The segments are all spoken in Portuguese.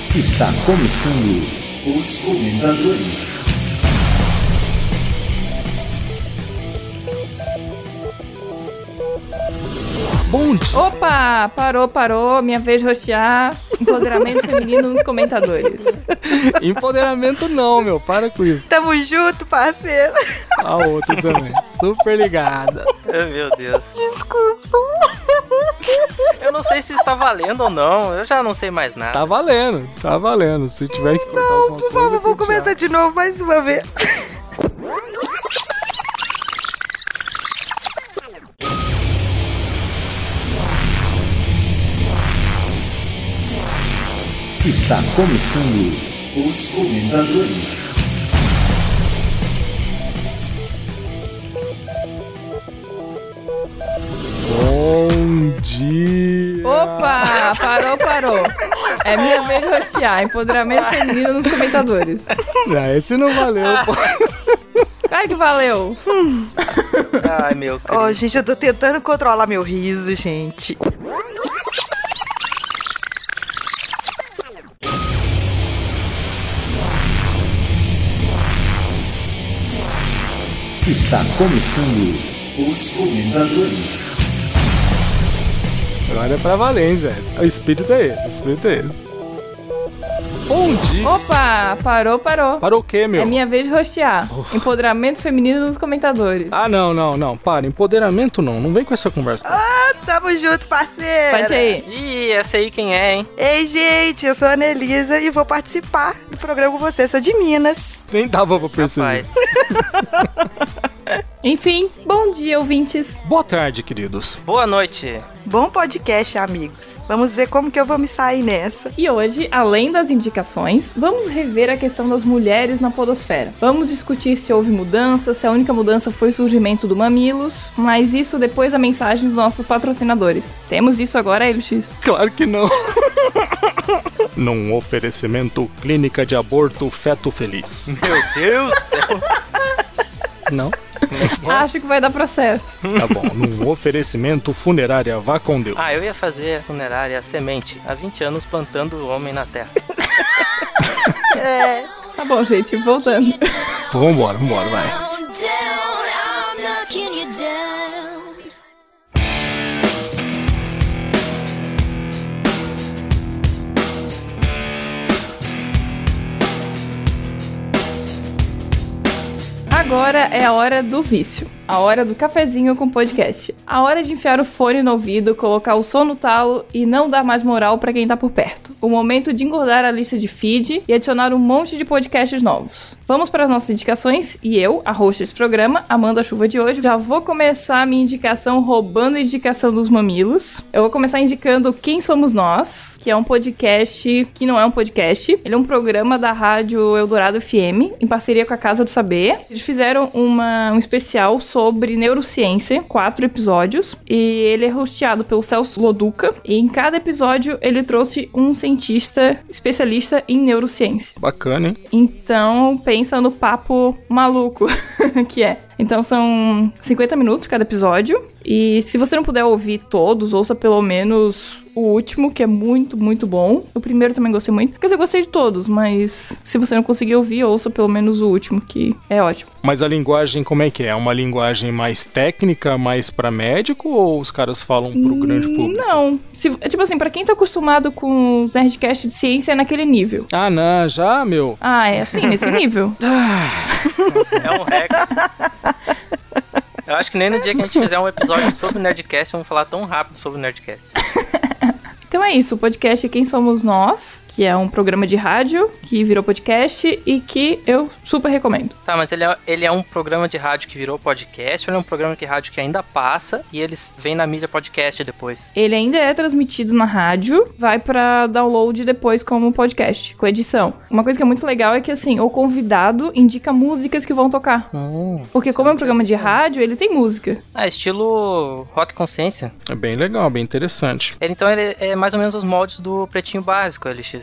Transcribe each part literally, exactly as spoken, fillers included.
Está começando os comentadores. Bom dia. Opa, parou, parou, minha vez de rostear. Empoderamento feminino nos comentadores. Empoderamento não, meu, para com isso. Tamo junto, parceiro. A outra também, super ligada. Oh, meu Deus. Desculpa. Eu não sei se está valendo ou não, eu já não sei mais nada. Tá valendo, tá valendo. Se tiver que cortar Não, alguma por coisa... favor, vou começar de novo mais uma vez. Está começando os comentadores. Bom dia. Opa, parou, parou. É minha vez de rostear. Empoderamento feminino nos comentadores. Não, esse não valeu, pô. Claro que valeu. Ai, meu Ó, Cristo. gente, eu tô tentando controlar meu riso, gente. Está começando os comentadores. Agora é pra valer, hein, Jéssica. O espírito é esse, o espírito é esse. Bom dia. Opa, parou, parou. Para o quê, meu? É minha vez de rostear. Empoderamento feminino nos comentadores. Ah, não, não, não. Para, empoderamento não. Não vem com essa conversa. Ah, tamo junto, parceiro. Pode aí. Ih, essa aí quem é, hein? Ei, gente, eu sou a Anelisa e vou participar do programa com vocês. Sou de Minas. Nem dava pra perceber. Rapaz. Enfim, bom dia, ouvintes. Boa tarde, queridos. Boa noite. Bom podcast, amigos. Vamos ver como que eu vou me sair nessa. E hoje, além das indicações, vamos rever a questão das mulheres na podosfera. Vamos discutir se houve mudança, se a única mudança foi o surgimento do Mamilos, mas isso depois da mensagem dos nossos patrocinadores. Temos isso agora, L X? Claro que não. Num oferecimento Clínica de Aborto Feto Feliz. Meu Deus do céu. Não? Acho que vai dar processo. Tá bom. Num oferecimento Funerária Vá com Deus. Ah, eu ia fazer funerária semente. Há vinte anos plantando o homem na terra. É. Tá bom, gente, voltando. Vambora, vambora, vai. Agora é a hora do vício. A hora do cafezinho com podcast. A hora de enfiar o fone no ouvido, colocar o som no talo e não dar mais moral pra quem tá por perto. O momento de engordar a lista de feed e adicionar um monte de podcasts novos. Vamos para as nossas indicações e eu, a host desse programa, Amanda Chuva de hoje, já vou começar a minha indicação roubando a indicação dos mamilos. Eu vou começar indicando Quem Somos Nós, que é um podcast que não é um podcast. Ele é um programa da rádio Eldorado F M, em parceria com a Casa do Saber. Eles fizeram uma, um especial sobre neurociência, quatro episódios, e ele é hosteado pelo Celso Loduca, e em cada episódio ele trouxe um cientista especialista em neurociência. Bacana, hein? Então, pensa no papo maluco que é. Então são cinquenta minutos cada episódio, e se você não puder ouvir todos, ouça pelo menos o último, que é muito, muito bom. O primeiro também gostei muito. Quer dizer, eu gostei de todos, mas se você não conseguir ouvir, ouça pelo menos o último, que é ótimo. Mas a linguagem, como é que é? É uma linguagem mais técnica, mais pra médico, ou os caras falam pro Hum, grande público? Não. Se, é tipo assim, pra quem tá acostumado com os Nerdcast de ciência, é naquele nível. Ah, não, já, meu. Ah, é assim, nesse nível? É um recorde. Eu acho que nem no dia que a gente fizer um episódio sobre Nerdcast, vamos falar tão rápido sobre o Nerdcast. Então é isso, o podcast Quem Somos Nós, que é um programa de rádio que virou podcast e que eu super recomendo. Tá, mas ele é, ele é um programa de rádio que virou podcast ou ele é um programa de rádio que ainda passa e eles vêm na mídia podcast depois? Ele ainda é transmitido na rádio, vai pra download depois como podcast, com edição. Uma coisa que é muito legal é que, assim, o convidado indica músicas que vão tocar. Hum, Porque como é um programa de rádio, ele tem música. Ah, estilo rock consciência. É bem legal, bem interessante. Ele, então ele é mais ou menos os moldes do Pretinho Básico, L X.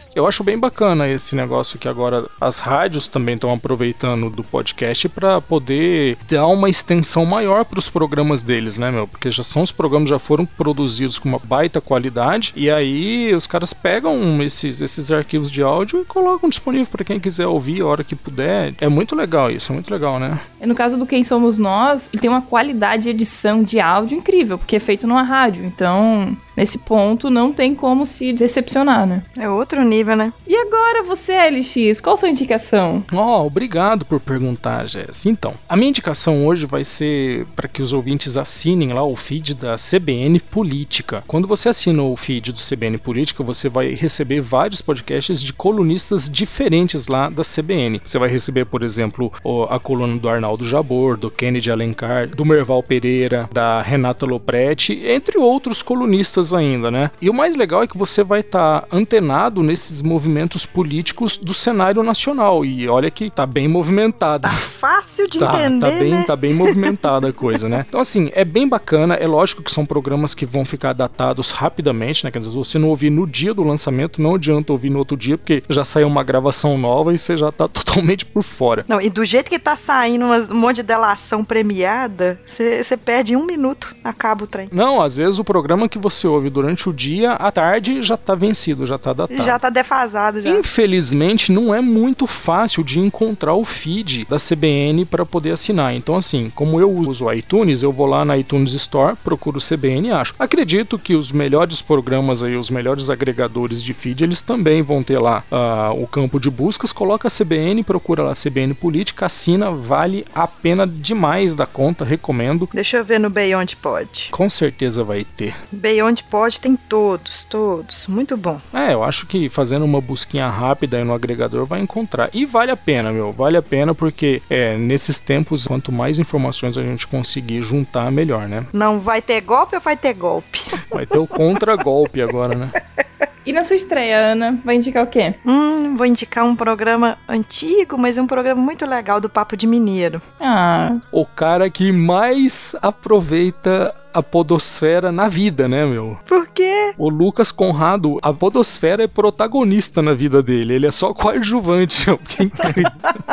podcast. Eu acho bem bacana esse negócio que agora as rádios também estão aproveitando do podcast para poder dar uma extensão maior para os programas deles, né, meu? Porque já são os programas já foram produzidos com uma baita qualidade e aí os caras pegam esses, esses arquivos de áudio e colocam disponível para quem quiser ouvir a hora que puder. É muito legal isso, é muito legal, né? No caso do Quem Somos Nós, ele tem uma qualidade de edição de áudio incrível, porque é feito numa rádio, então nesse ponto não tem como se decepcionar, né? É outro nível, né? E agora você, L X, qual a sua indicação? Ó, oh, obrigado por perguntar, Jess. Então, a minha indicação hoje vai ser para que os ouvintes assinem lá o feed da C B N Política. Quando você assina o feed do C B N Política, você vai receber vários podcasts de colunistas diferentes lá da C B N. Você vai receber, por exemplo, a coluna do Arnaldo Jabor, do Kennedy Alencar, do Merval Pereira, da Renata Lopretti, entre outros colunistas ainda, né? E o mais legal é que você vai estar tá antenado nesses movimentos políticos do cenário nacional. E olha que tá bem movimentado. Tá fácil de tá, entender, tá bem, né? Tá bem movimentada a coisa, né? Então, assim, é bem bacana. É lógico que são programas que vão ficar datados rapidamente, né? Quer dizer, se você não ouvir no dia do lançamento, não adianta ouvir no outro dia, porque já saiu uma gravação nova e você já tá totalmente por fora. Não, e do jeito que tá saindo umas, um monte de delação premiada, você perde um minuto, acaba o trem. Não, às vezes o programa que você ouve durante o dia, à tarde, já tá vencido, já tá datado. Já tá defasado, já. Infelizmente, não é muito fácil de encontrar o feed da C B N para poder assinar. Então, assim, como eu uso o iTunes, eu vou lá na iTunes Store, procuro o C B N e acho. Acredito que os melhores programas aí, os melhores agregadores de feed, eles também vão ter lá uh, o campo de buscas, coloca a C B N, procura lá C B N Política, assina, vale a pena demais da conta, recomendo. Deixa eu ver no Beyond Pod. Com certeza vai ter. Beyond Pod tem todos, todos. Muito bom. É, eu acho que fazendo uma busquinha rápida aí no agregador vai encontrar. E vale a pena, meu. Vale a pena porque é, nesses tempos, quanto mais informações a gente conseguir juntar, melhor, né? Não vai ter golpe ou vai ter golpe? Vai ter o contra-golpe agora, né? E na sua estreia, Ana, vai indicar o quê? Hum, vou indicar um programa antigo, mas um programa muito legal do Papo de Mineiro. Ah. O cara que mais aproveita a podosfera na vida, né, meu? Por quê? O Lucas Conrado, a podosfera é protagonista na vida dele, ele é só coadjuvante, que incrível.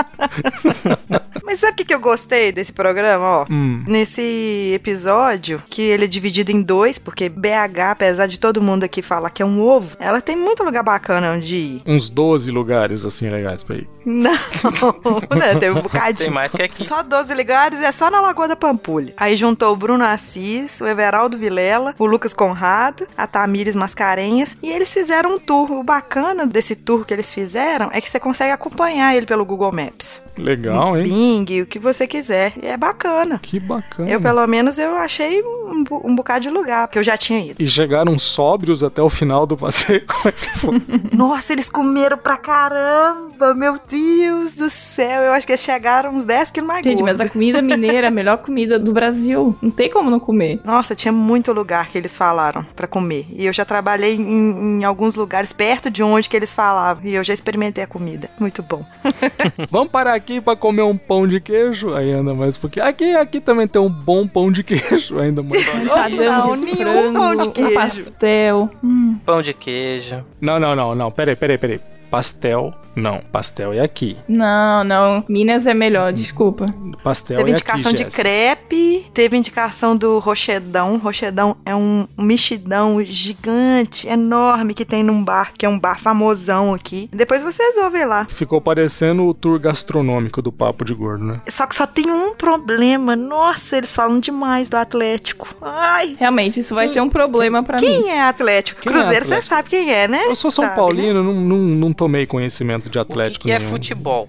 Mas sabe o que, que eu gostei desse programa, ó? Hum. Nesse episódio, que ele é dividido em dois, porque B H, apesar de todo mundo aqui falar que é um ovo, ela tem muito lugar bacana onde ir. Uns doze lugares, assim, legais pra ir. Não, não tem um bocadinho. Tem mais que aqui. Só doze lugares, é só na Lagoa da Pampulha. Aí juntou o Bruno Assis, o Everaldo Vilela, o Lucas Conrado, a Tamires Mascarenhas, e eles fizeram um tour. O bacana desse tour que eles fizeram é que você consegue acompanhar ele pelo Google Maps. Legal, hein? Bing, o que você quiser. E é bacana. Que bacana. Eu, pelo menos, eu achei um, um bocado de lugar, porque eu já tinha ido. E chegaram sóbrios até o final do passeio? Como é que foi? Nossa, eles comeram pra caramba, meu Deus do céu. Eu acho que eles chegaram uns dez quilos mais Gente, gordos. mas a comida mineira é a melhor comida do Brasil. Não tem como não comer. Nossa, tinha muito lugar que eles falaram pra comer. E eu já trabalhei em, em alguns lugares perto de onde que eles falavam. E eu já experimentei a comida. Muito bom. Vamos parar aqui pra comer um pão de queijo? Aí anda mais porque aqui, aqui também tem um bom pão de queijo. Ainda mais. Padrão de nenhum frango, pão de queijo. pastel. Hum. Pão de queijo. Não, não, não, não. Peraí, peraí, peraí. Pastel, não. Pastel é aqui. Não, não. Minas é melhor, desculpa. Pastel Teve é indicação aqui, de Jéssica. crepe, teve indicação do rochedão. Rochedão é um mexidão gigante, enorme, que tem num bar, que é um bar famosão aqui. Depois vocês ouvem lá. Ficou parecendo o tour gastronômico do Papo de Gordo, né? Só que só tem um problema. Nossa, eles falam demais do Atlético. Ai, Realmente, isso vai ser um problema pra mim. quem é Atlético? Quem é Cruzeiro, você Atlético? sabe quem é, né? Eu sou São Sabe, Paulino, não, não, não tomei conhecimento de O que, Atlético que é nenhum. futebol?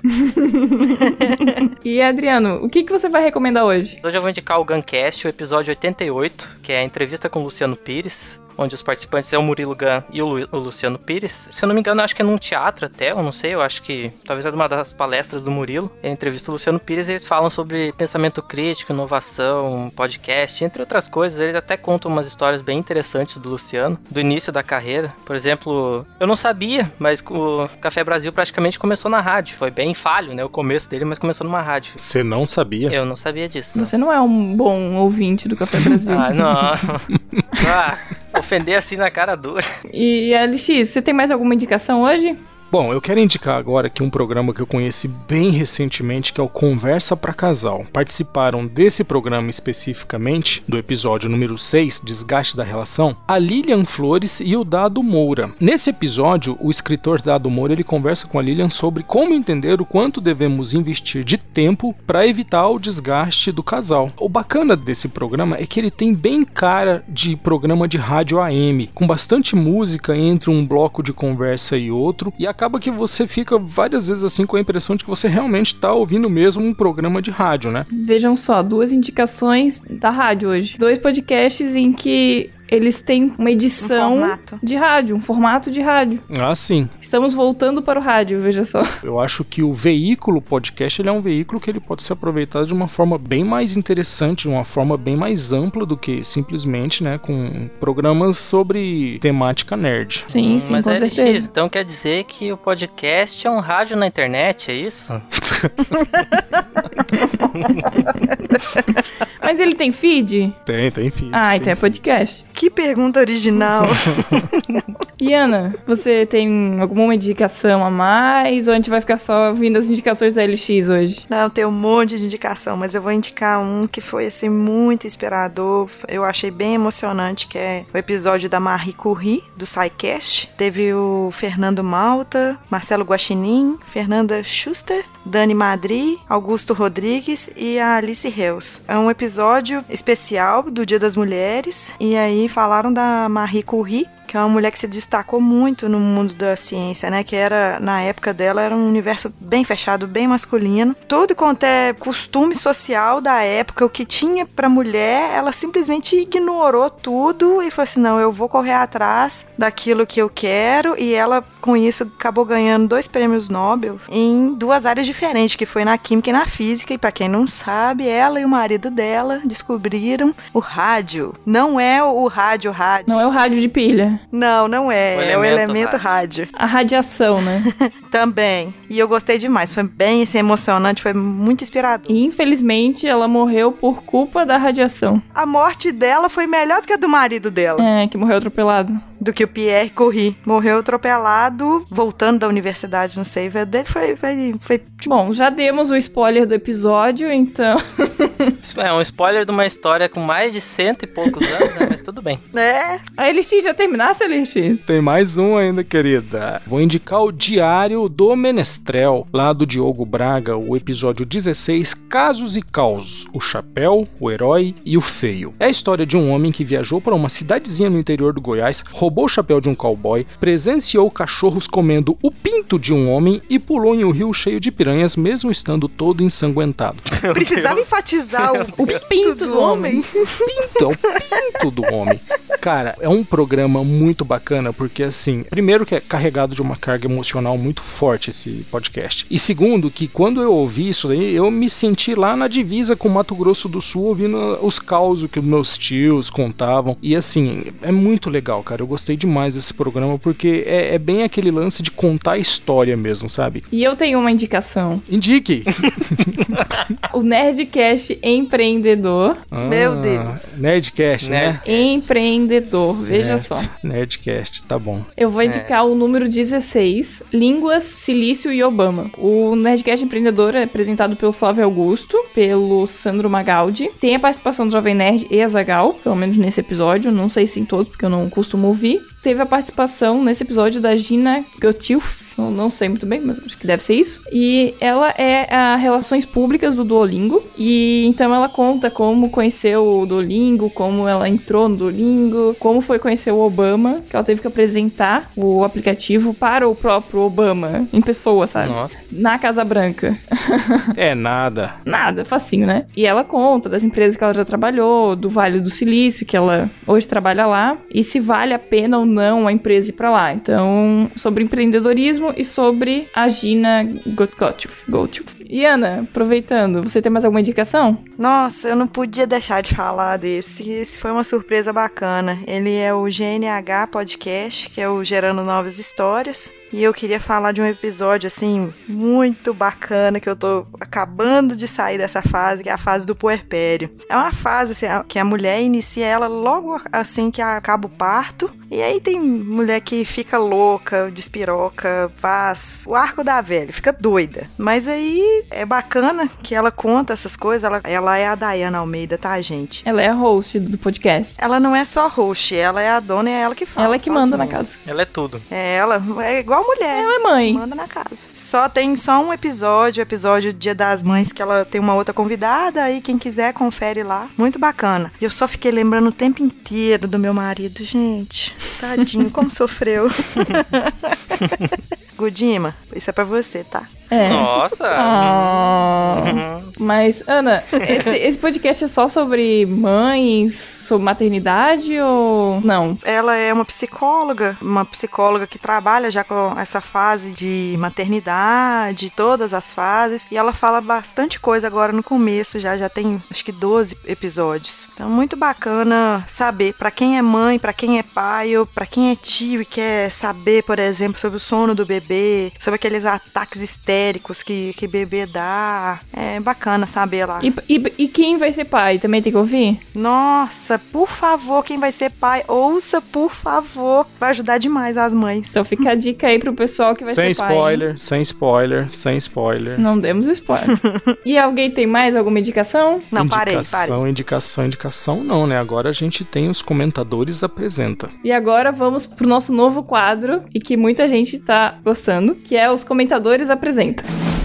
E, Adriano, o que, que você vai recomendar hoje? Hoje eu vou indicar o Guncast, o episódio oitenta e oito, que é a entrevista com o Luciano Pires, onde os participantes é o Murilo Gun e o, Lu, o Luciano Pires. Se eu não me engano, eu acho que é num teatro até, eu não sei, eu acho que talvez é uma das palestras do Murilo. Ele entrevista o Luciano Pires e eles falam sobre pensamento crítico, inovação, podcast, entre outras coisas. Eles até contam umas histórias bem interessantes do Luciano, do início da carreira. Por exemplo, eu não sabia, mas o Café Brasil praticamente começou na rádio. Foi bem falho, né, o começo dele, mas começou numa rádio. Você não sabia? Eu não sabia disso. Não. Você não é um bom ouvinte do Café Brasil. Ah, não. Ah, Defender assim na cara dura. E, L X, você tem mais alguma indicação hoje? Bom, eu quero indicar agora aqui um programa que eu conheci bem recentemente, que é o Conversa pra Casal. Participaram desse programa especificamente, do episódio número seis, Desgaste da Relação, a Lilian Flores e o Dado Moura. Nesse episódio, o escritor Dado Moura ele conversa com a Lilian sobre como entender o quanto devemos investir de tempo para evitar o desgaste do casal. O bacana desse programa é que ele tem bem cara de programa de rádio A M, com bastante música entre um bloco de conversa e outro, e acaba que você fica várias vezes assim com a impressão de que você realmente está ouvindo mesmo um programa de rádio, né? Vejam só, duas indicações da rádio hoje. Dois podcasts em que eles têm uma edição Um formato. de rádio, um formato de rádio. Ah, sim. Estamos voltando para o rádio, veja só. Eu acho que o veículo podcast ele é um veículo que ele pode ser aproveitado de uma forma bem mais interessante, de uma forma bem mais ampla do que simplesmente, né, com programas sobre temática nerd. Sim, sim, Mas com é L X, certeza. então quer dizer que o podcast é um rádio na internet, é isso? Mas ele tem feed? Tem, tem feed. Ah, tem então é podcast. Que pergunta original. E Ana, você tem alguma indicação a mais? Ou a gente vai ficar só ouvindo as indicações da L X hoje? Não, tem um monte de indicação, mas eu vou indicar um que foi, assim, muito inspirador. Eu achei bem emocionante, que é o episódio da Marie Curie, do SciCast. Teve o Fernando Malta, Marcelo Guaxinim, Fernanda Schuster, Dani Madri, Augusto Rodrigues e a Alice Reus. É um episódio especial do Dia das Mulheres, e aí falaram da Marie Curie, que é uma mulher que se destacou muito no mundo da ciência, né? Que era, na época dela, era um universo bem fechado, bem masculino. Tudo quanto é costume social da época, o que tinha pra mulher, ela simplesmente ignorou tudo e falou assim, não, eu vou correr atrás daquilo que eu quero, e ela, com isso, acabou ganhando dois prêmios Nobel em duas áreas diferentes, que foi na química e na física, e pra quem não sabe, ela e o marido dela descobriram o rádio. Não é o rádio rádio. Não é o rádio de pilha. Não, não é. O é o elemento elemento rádio. A radiação, né? Também. E eu gostei demais. Foi bem assim, emocionante, foi muito inspirador. E infelizmente ela morreu por culpa da radiação. A morte dela foi melhor do que a do marido dela. É, que morreu atropelado. Do que o Pierre Curie. Morreu atropelado, voltando da universidade, não sei. O dele foi... foi, foi... Bom, já demos o spoiler do episódio, então... Isso é um spoiler de uma história com mais de cento e poucos anos, né? Mas tudo bem. É. A L X já terminasse, L X? Tem mais um ainda, querida. Vou indicar o Diário do Menestrel, lá do Diogo Braga, o episódio dezesseis, Casos e Caos, o Chapéu, o Herói e o Feio. É a história de um homem que viajou para uma cidadezinha no interior do Goiás, roubou o chapéu de um cowboy, presenciou cachorros comendo o pinto de um homem e pulou em um rio cheio de piranhas, mesmo estando todo ensanguentado. Precisava enfatizar o, O pinto do homem. Pinto, é o pinto do homem. Cara, é um programa muito bacana, porque assim, primeiro que é carregado de uma carga emocional muito forte esse podcast. E segundo, que quando eu ouvi isso daí, eu me senti lá na divisa com Mato Grosso do Sul, ouvindo os causos que os meus tios contavam. E assim, é muito legal, cara. Eu gostei demais desse programa, porque é, é bem aquele lance de contar a história mesmo, sabe? E eu tenho uma indicação. Indique! O Nerdcast Empreendedor. Meu Ah, Deus. Nerdcast, né? Nerd. Empreendedor, veja só. Nerdcast, tá bom. Eu vou indicar o número dezesseis, Línguas, Silício e Obama. O Nerdcast Empreendedor é apresentado pelo Flávio Augusto, pelo Sandro Magaldi. Tem a participação do Jovem Nerd e Azaghal, pelo menos nesse episódio. Não sei se em todos, porque eu não costumo ouvir. Teve a participação nesse episódio da Gina Gotilf. Não, não sei muito bem, mas acho que deve ser isso. E ela é a Relações Públicas do Duolingo. E então ela conta como conheceu o Duolingo, como ela entrou no Duolingo, como foi conhecer o Obama, que ela teve que apresentar o aplicativo para o próprio Obama, em pessoa, sabe? Nossa. Na Casa Branca. É nada. Nada, facinho, né? E ela conta das empresas que ela já trabalhou, do Vale do Silício, que ela hoje trabalha lá, e se vale a pena ou não a empresa ir pra lá. Então, sobre empreendedorismo e sobre a Gina Gotilf. E Ana, aproveitando, você tem mais alguma indicação? Nossa, eu não podia deixar de falar desse. Esse foi uma surpresa bacana. Ele é o G N H Podcast, que é o Gerando Novas Histórias. e eu queria falar de um episódio, assim, muito bacana, que eu tô acabando de sair dessa fase, que é a fase do puerpério. É uma fase, assim, que a mulher inicia ela logo assim que acaba o parto, e aí tem mulher que fica louca, despiroca, faz o arco da velha, fica doida. Mas aí é bacana que ela conta essas coisas, ela, ela é a Dayana Almeida, tá, gente? Ela é a host do podcast. Ela não é só host, ela é a dona e é ela que fala. Ela é que manda na casa. Ela é tudo. É ela, é igual mulher. Ela é mãe. Manda na casa. Só tem só um episódio, episódio Dia das Mães, que ela tem uma outra convidada, aí quem quiser confere lá. Muito bacana. E eu só fiquei lembrando o tempo inteiro do meu marido, gente. Tadinho, como sofreu. Gudima, isso é pra você, tá? É. Nossa! Ah. Uhum. Mas, Ana, esse, esse podcast é só sobre mães, sobre maternidade ou não? Ela é uma psicóloga, uma psicóloga que trabalha já com essa fase de maternidade, todas as fases, e ela fala bastante coisa agora no começo, já, já tem acho que doze episódios. Então, muito bacana saber pra quem é mãe, pra quem é pai, ou pra quem é tio e quer saber, por exemplo, sobre o sono do bebê, sobre aqueles ataques histéricos que, que bebê dá. É bacana saber lá. E, e, e quem vai ser pai? Também tem que ouvir? Nossa, por favor, quem vai ser pai, ouça, por favor. Vai ajudar demais as mães. Então fica a dica aí pro pessoal que vai sem ser pai. Spoiler, sem spoiler, sem spoiler. Não demos spoiler. E alguém tem mais alguma indicação? Não, parei, indicação, parei. Indicação, indicação não, né? Agora a gente tem os comentadores apresenta. E agora vamos pro nosso novo quadro, e que muita gente tá gostando, que é os comentadores apresenta.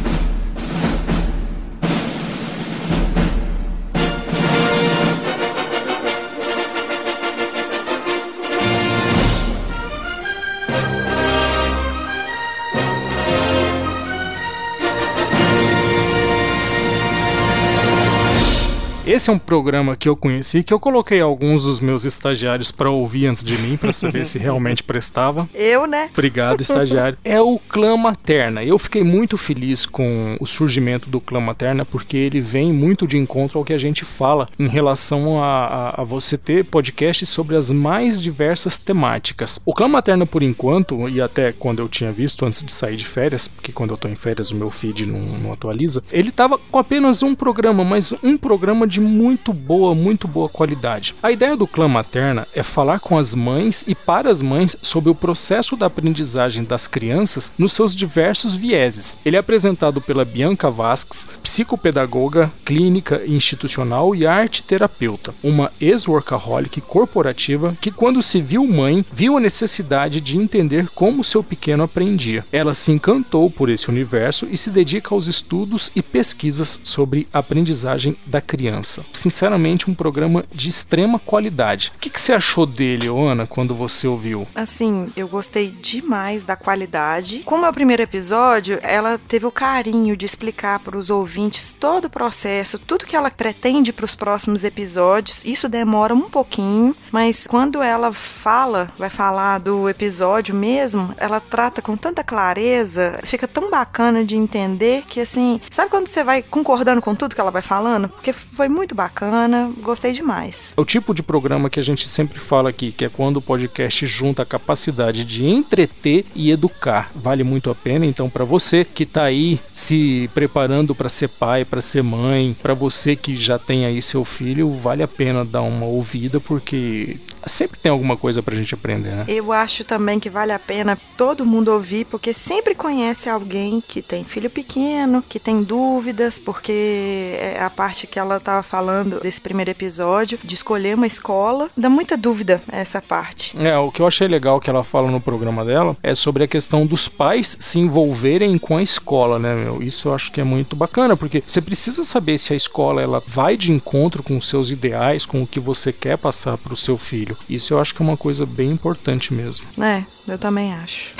Esse é um programa que eu conheci, que eu coloquei alguns dos meus estagiários pra ouvir antes de mim, pra saber se realmente prestava. Eu, né? Obrigado, estagiário. É o Clã Materna. Eu fiquei muito feliz com o surgimento do Clã Materna, porque ele vem muito de encontro ao que a gente fala em relação a, a, a você ter podcasts sobre as mais diversas temáticas. O Clã Materna, por enquanto, e até quando eu tinha visto antes de sair de férias, porque quando eu tô em férias o meu feed não, não atualiza, ele tava com apenas um programa, mas um programa de muito boa, muito boa qualidade. A ideia do Clã Materna é falar com as mães e para as mães sobre o processo da aprendizagem das crianças nos seus diversos vieses. Ele é apresentado pela Bianca Vasques, psicopedagoga, clínica institucional e arte-terapeuta, uma ex-workaholic corporativa que, quando se viu mãe, viu a necessidade de entender como seu pequeno aprendia. Ela se encantou por esse universo e se dedica aos estudos e pesquisas sobre a aprendizagem da criança. Sinceramente, um programa de extrema qualidade. O que, que você achou dele, Ana, quando você ouviu? Assim, eu gostei demais da qualidade. Como é o primeiro episódio, ela teve o carinho de explicar para os ouvintes todo o processo, tudo que ela pretende para os próximos episódios. Isso demora um pouquinho, mas quando ela fala, vai falar do episódio mesmo, ela trata com tanta clareza, fica tão bacana de entender que, assim, sabe quando você vai concordando com tudo que ela vai falando? Porque foi muito bacana, gostei demais. É o tipo de programa que a gente sempre fala aqui, que é quando o podcast junta a capacidade de entreter e educar. Vale muito a pena, então, para você que tá aí se preparando para ser pai, para ser mãe, para você que já tem aí seu filho, vale a pena dar uma ouvida, porque sempre tem alguma coisa pra gente aprender, né? Eu acho também que vale a pena todo mundo ouvir, porque sempre conhece alguém que tem filho pequeno, que tem dúvidas, porque é a parte que ela tava falando desse primeiro episódio, de escolher uma escola, dá muita dúvida essa parte. É, o que eu achei legal que ela fala no programa dela é sobre a questão dos pais se envolverem com a escola, né, meu? Isso eu acho que é muito bacana, porque você precisa saber se a escola ela vai de encontro com os seus ideais, com o que você quer passar pro seu filho. Isso eu acho que é uma coisa bem importante mesmo. É, eu também acho.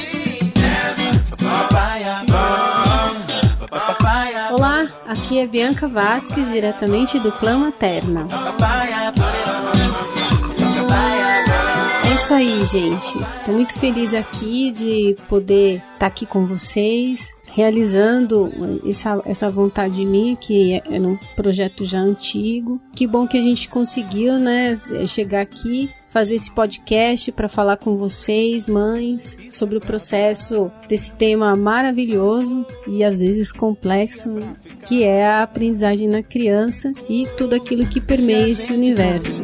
Olá, aqui é Bianca Vasques, diretamente do Clã Materna. É isso isso aí, gente. Tô muito feliz aqui de poder estar tá aqui com vocês, realizando essa, essa vontade minha, que é, é um projeto já antigo. Que bom que a gente conseguiu, né, chegar aqui, fazer esse podcast para falar com vocês, mães, sobre o processo desse tema maravilhoso e às vezes complexo, que é a aprendizagem na criança e tudo aquilo que permeia esse universo.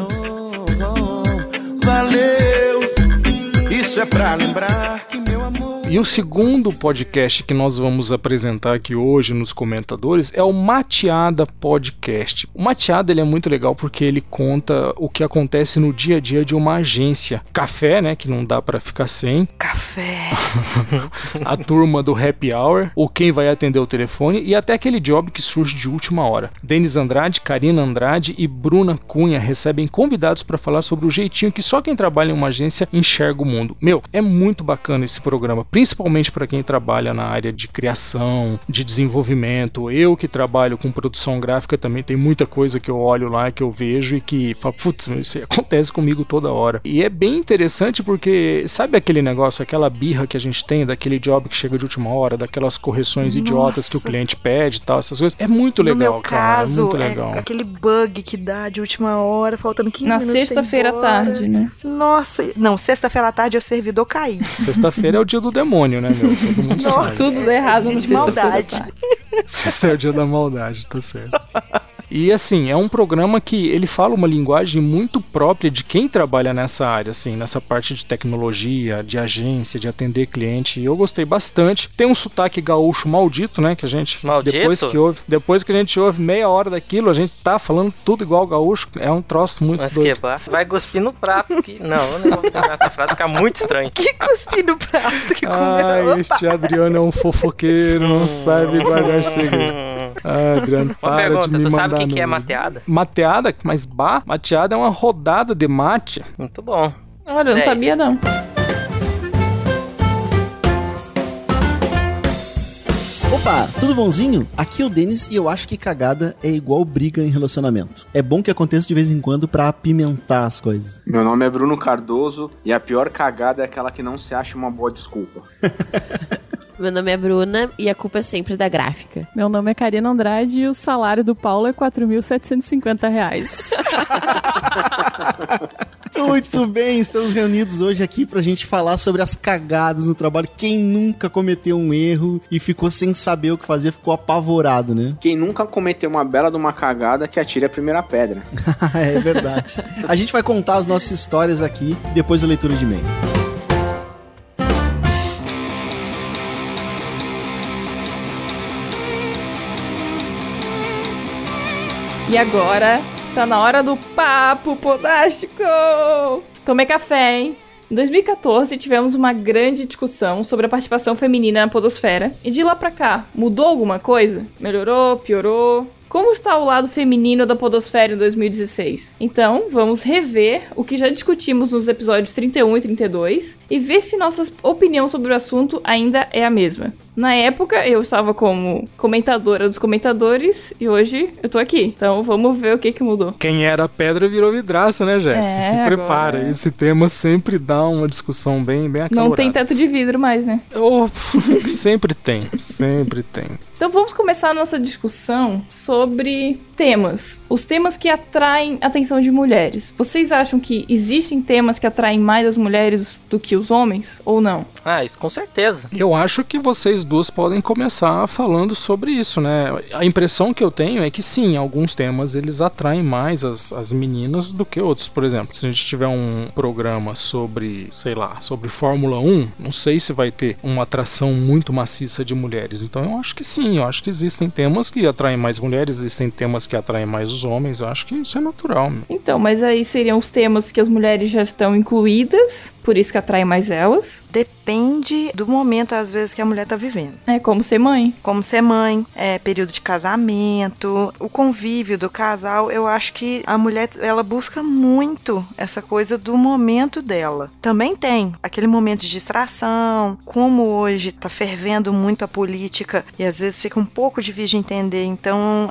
Valeu, isso é pra lembrar que meu amor... E o segundo podcast que nós vamos apresentar aqui hoje nos comentadores é o Mateada Podcast. O Mateada ele é muito legal porque ele conta o que acontece no dia a dia de uma agência. Café, né, que não dá pra ficar sem. Café. A turma do Happy Hour, ou quem vai atender o telefone, e até aquele job que surge de última hora. Denis Andrade, Karina Andrade e Bruna Cunha recebem convidados para falar sobre o jeitinho que só quem trabalha em uma agência enxerga o mundo. Meu, é muito bacana esse programa, principalmente para quem trabalha na área de criação, de desenvolvimento. Eu que trabalho com produção gráfica também tem muita coisa que eu olho lá, que eu vejo e que falo, putz, isso acontece comigo toda hora. E é bem interessante porque, sabe aquele negócio, aquela birra que a gente tem daquele job que chega de última hora, daquelas correções Nossa. idiotas que o cliente pede e tal, essas coisas. É muito legal, no meu cara. caso, é muito legal. É aquele bug que dá de última hora, faltando quinze Na minutos pra ir sexta-feira à embora. tarde, né? Nossa, não, sexta-feira à tarde é o servidor cair. Sexta-feira é o dia do demônio, né, meu? Todo mundo Nossa. sabe. Tudo dá errado dia na de sexta-feira à maldade. tarde. Sexta é o dia da maldade, tá certo. E assim, é um programa que ele fala uma linguagem muito própria de quem trabalha nessa área, assim, nessa parte de tecnologia, de agência, de atender cliente. E eu gostei bastante. Tem um sotaque gaúcho maldito, né, que a gente Maldito? depois que ouve, depois que a gente ouve meia hora daquilo, a gente tá falando tudo igual gaúcho. É um troço muito Mas doido. que pá, vai cuspir no prato que... Não, eu não vou terminar essa frase, fica muito estranho. Que cuspi no prato que comeu. Ai, este Adriano é um fofoqueiro, não sabe guardar segredo. Ah, Adriano, Uma para de pergunta, me tu sabe o mandar que, que é no- mateada? Mateada? Mas bah, mateada é uma rodada de mate. Muito bom. Olha, eu não Dez. sabia não. Opa, tudo bonzinho? Aqui é o Denis e eu acho que cagada é igual briga em relacionamento. É bom que aconteça de vez em quando pra apimentar as coisas. Meu nome é Bruno Cardoso e a pior cagada é aquela que não se acha uma boa desculpa. Meu nome é Bruna e a culpa é sempre da gráfica. Meu nome é Karina Andrade e o salário do Paulo é quatro mil setecentos e cinquenta reais. Muito bem, estamos reunidos hoje aqui pra gente falar sobre as cagadas no trabalho. Quem nunca cometeu um erro e ficou sem saber o que fazer, ficou apavorado, né? Quem nunca cometeu uma bela de uma cagada que atire a primeira pedra. É verdade. A gente vai contar as nossas histórias aqui depois da leitura de e-mails. E agora está na hora do Papo Podástico! Tomei café, hein? Em dois mil e catorze, tivemos uma grande discussão sobre a participação feminina na podosfera. E de lá pra cá, mudou alguma coisa? Melhorou? Piorou? Como está o lado feminino da podosfera em dois mil e dezesseis? Então, vamos rever o que já discutimos nos episódios trinta e um e trinta e dois e ver se nossa opinião sobre o assunto ainda é a mesma. Na época, eu estava como comentadora dos comentadores e hoje eu tô aqui. Então, vamos ver o que que mudou. Quem era pedra virou vidraça, né, Jéssica? É, Se prepara, agora- esse tema sempre dá uma discussão bem, bem acalorada. Não tem teto de vidro mais, né? Oh, sempre tem, sempre tem. Então vamos começar a nossa discussão sobre temas. Os temas que atraem a atenção de mulheres. Vocês acham que existem temas que atraem mais as mulheres do que os homens? Ou não? Ah, isso com certeza. Eu acho que vocês duas podem começar falando sobre isso, né? A impressão que eu tenho é que sim, alguns temas eles atraem mais as, as meninas do que outros. Por exemplo, se a gente tiver um programa sobre, sei lá, sobre Fórmula um, não sei se vai ter uma atração muito maciça de mulheres. Então eu acho que sim, eu acho que existem temas que atraem mais mulheres, existem temas que atraem mais os homens. Eu acho que isso é natural. Meu. Então, mas aí seriam os temas que as mulheres já estão incluídas, por isso que atraem mais elas. Depende do momento, às vezes, que a mulher tá vivendo. É como ser mãe. Como ser mãe, é, período de casamento, o convívio do casal, eu acho que a mulher, ela busca muito essa coisa do momento dela. Também tem aquele momento de distração, como hoje tá fervendo muito a política e às vezes fica um pouco difícil de entender, então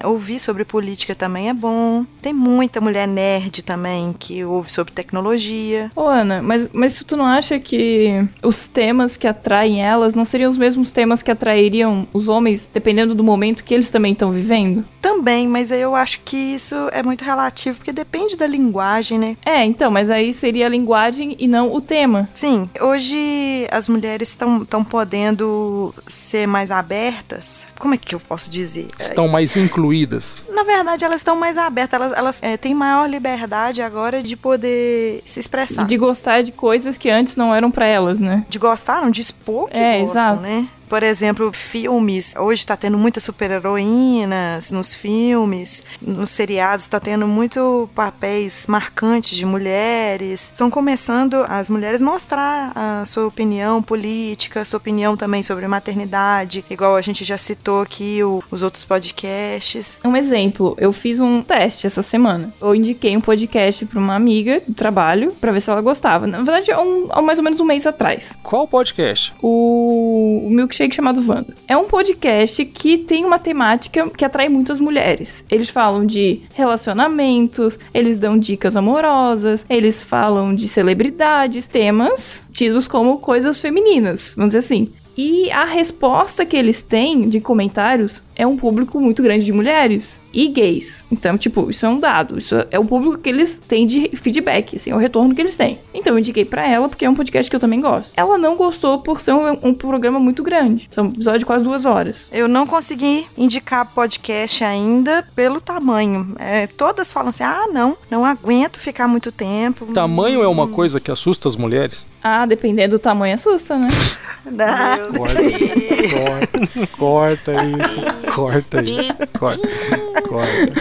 Ouvir sobre política também é bom. Tem muita mulher nerd também que ouve sobre tecnologia. Ô, Ana, mas, mas tu não acha que os temas que atraem elas não seriam os mesmos temas que atrairiam os homens, dependendo do momento que eles também estão vivendo? Também, mas eu acho que isso é muito relativo, porque depende da linguagem, né? É, então, mas aí seria a linguagem e não o tema. Sim, hoje as mulheres estão podendo ser mais abertas. Como é que eu posso dizer? Estão mais incluídas. Na verdade, elas estão mais abertas. Elas, elas é, têm maior liberdade agora de poder se expressar. E de gostar de coisas que antes não eram pra elas, né? De gostar, não, de expor que é, gostam, exato. né? Por exemplo, filmes. Hoje está tendo muitas super-heroínas nos filmes, nos seriados está tendo muito papéis marcantes de mulheres. Estão começando as mulheres mostrar a sua opinião política, sua opinião também sobre maternidade, igual a gente já citou aqui o, os outros podcasts. Um exemplo, eu fiz um teste essa semana. Eu indiquei um podcast para uma amiga do trabalho para ver se ela gostava. Na verdade, há, um, há mais ou menos um mês atrás. Qual podcast? O, o Milkshake chamado Wanda. É um podcast que tem uma temática que atrai muitas mulheres. Eles falam de relacionamentos, eles dão dicas amorosas, eles falam de celebridades, temas tidos como coisas femininas, vamos dizer assim. E a resposta que eles têm de comentários é um público muito grande de mulheres e gays. Então, tipo, isso é um dado. Isso é o público que eles têm de feedback, assim, é o retorno que eles têm. Então, eu indiquei pra ela, porque é um podcast que eu também gosto. Ela não gostou por ser um, um programa muito grande. São episódios de quase duas horas. Eu não consegui indicar podcast ainda pelo tamanho. É, todas falam assim, ah, não, não aguento ficar muito tempo. Tamanho é uma coisa que assusta as mulheres? Ah, dependendo do tamanho, assusta, né? Não. Corta, corta isso. Corta isso. Corta, corta,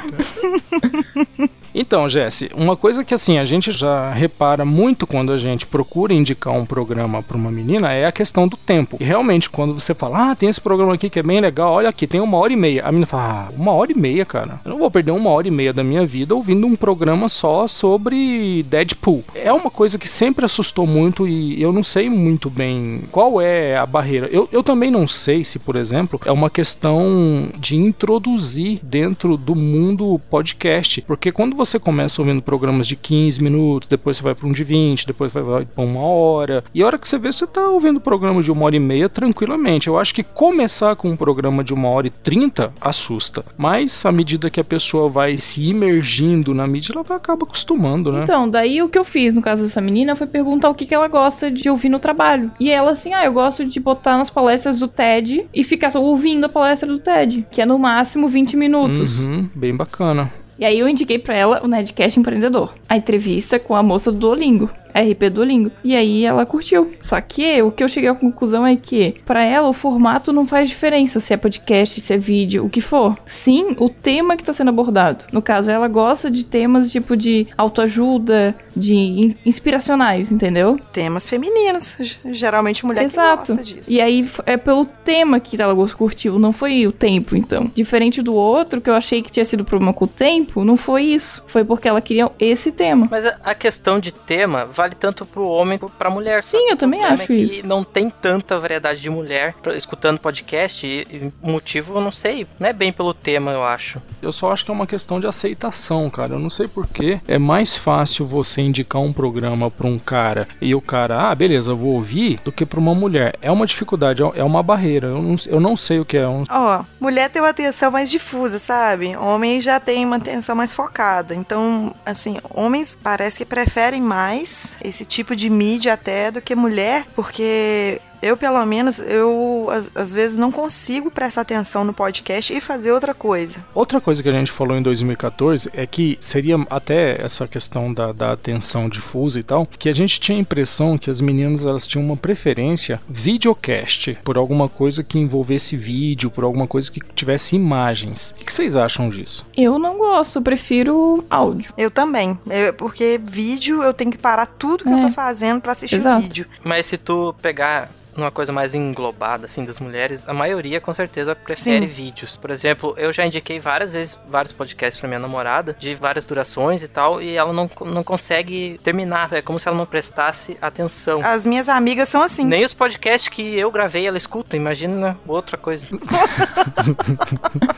corta. Então, Jesse, uma coisa que assim a gente já repara muito quando a gente procura indicar um programa para uma menina é a questão do tempo. E realmente, quando você fala, ah, tem esse programa aqui que é bem legal, olha aqui, tem uma hora e meia. A menina fala, ah, uma hora e meia, cara. Eu não vou perder uma hora e meia da minha vida ouvindo um programa só sobre Deadpool. É uma coisa que sempre assustou muito e eu não sei muito bem qual é a barreira. Eu, eu também não sei se, por exemplo, é uma questão de introduzir dentro do mundo podcast. Porque quando você começa ouvindo programas de quinze minutos, depois você vai para um de vinte, depois vai para uma hora, e a hora que você vê, você tá ouvindo programa de uma hora e meia tranquilamente. Eu acho que começar com um programa de uma hora e trinta assusta, mas à medida que a pessoa vai se imergindo na mídia, ela vai acaba acostumando, né? Então, daí o que eu fiz no caso dessa menina foi perguntar o que, que ela gosta de ouvir no trabalho. E ela assim, ah, eu gosto de botar nas palestras do TED e ficar só ouvindo a palestra do TED, que é no máximo vinte minutos. Uhum, bem bacana. E aí eu indiquei pra ela o Nerdcast Empreendedor, a entrevista com a moça do Duolingo, a R P Duolingo. E aí ela curtiu. Só que o que eu cheguei à conclusão é que pra ela o formato não faz diferença, se é podcast, se é vídeo, o que for. Sim, o tema que tá sendo abordado. No caso, ela gosta de temas tipo de autoajuda, de in- inspiracionais, entendeu? Temas femininos, geralmente mulher Exato. que gosta disso. E aí é pelo tema que ela curtiu, não foi o tempo, então. Diferente do outro, que eu achei que tinha sido problema com o tempo, não foi isso. Foi porque ela queria esse tema. Mas a, a questão de tema vale tanto pro homem quanto pra mulher. Sim, eu também acho é que isso. Não tem tanta variedade de mulher pra, escutando podcast e, e o motivo eu não sei. Não é bem pelo tema, eu acho. Eu só acho que é uma questão de aceitação, cara. Eu não sei porquê. É mais fácil você indicar um programa pra um cara e o cara, ah, beleza, eu vou ouvir, do que pra uma mulher. É uma dificuldade, é uma barreira. Eu não, eu não sei o que é. Ó, oh, mulher tem uma atenção mais difusa, sabe? Homem já tem uma atenção mais focada. Então, assim, homens parece que preferem mais esse tipo de mídia até do que mulher, porque eu, pelo menos, eu às, às vezes não consigo prestar atenção no podcast e fazer outra coisa. Outra coisa que a gente falou em dois mil e catorze é que seria até essa questão da, da atenção difusa e tal, que a gente tinha a impressão que as meninas elas tinham uma preferência videocast, por alguma coisa que envolvesse vídeo, por alguma coisa que tivesse imagens. O que vocês acham disso? Eu não gosto, eu prefiro áudio. Eu também, eu, porque vídeo eu tenho que parar tudo que é. eu tô fazendo pra assistir o vídeo. Mas se tu pegar numa coisa mais englobada, assim, das mulheres, a maioria, com certeza, prefere Sim. vídeos. Por exemplo, eu já indiquei várias vezes vários podcasts pra minha namorada, de várias durações e tal, e ela não, não consegue terminar. É como se ela não prestasse atenção. As minhas amigas são assim. Nem os podcasts que eu gravei, ela escuta. Imagina outra coisa.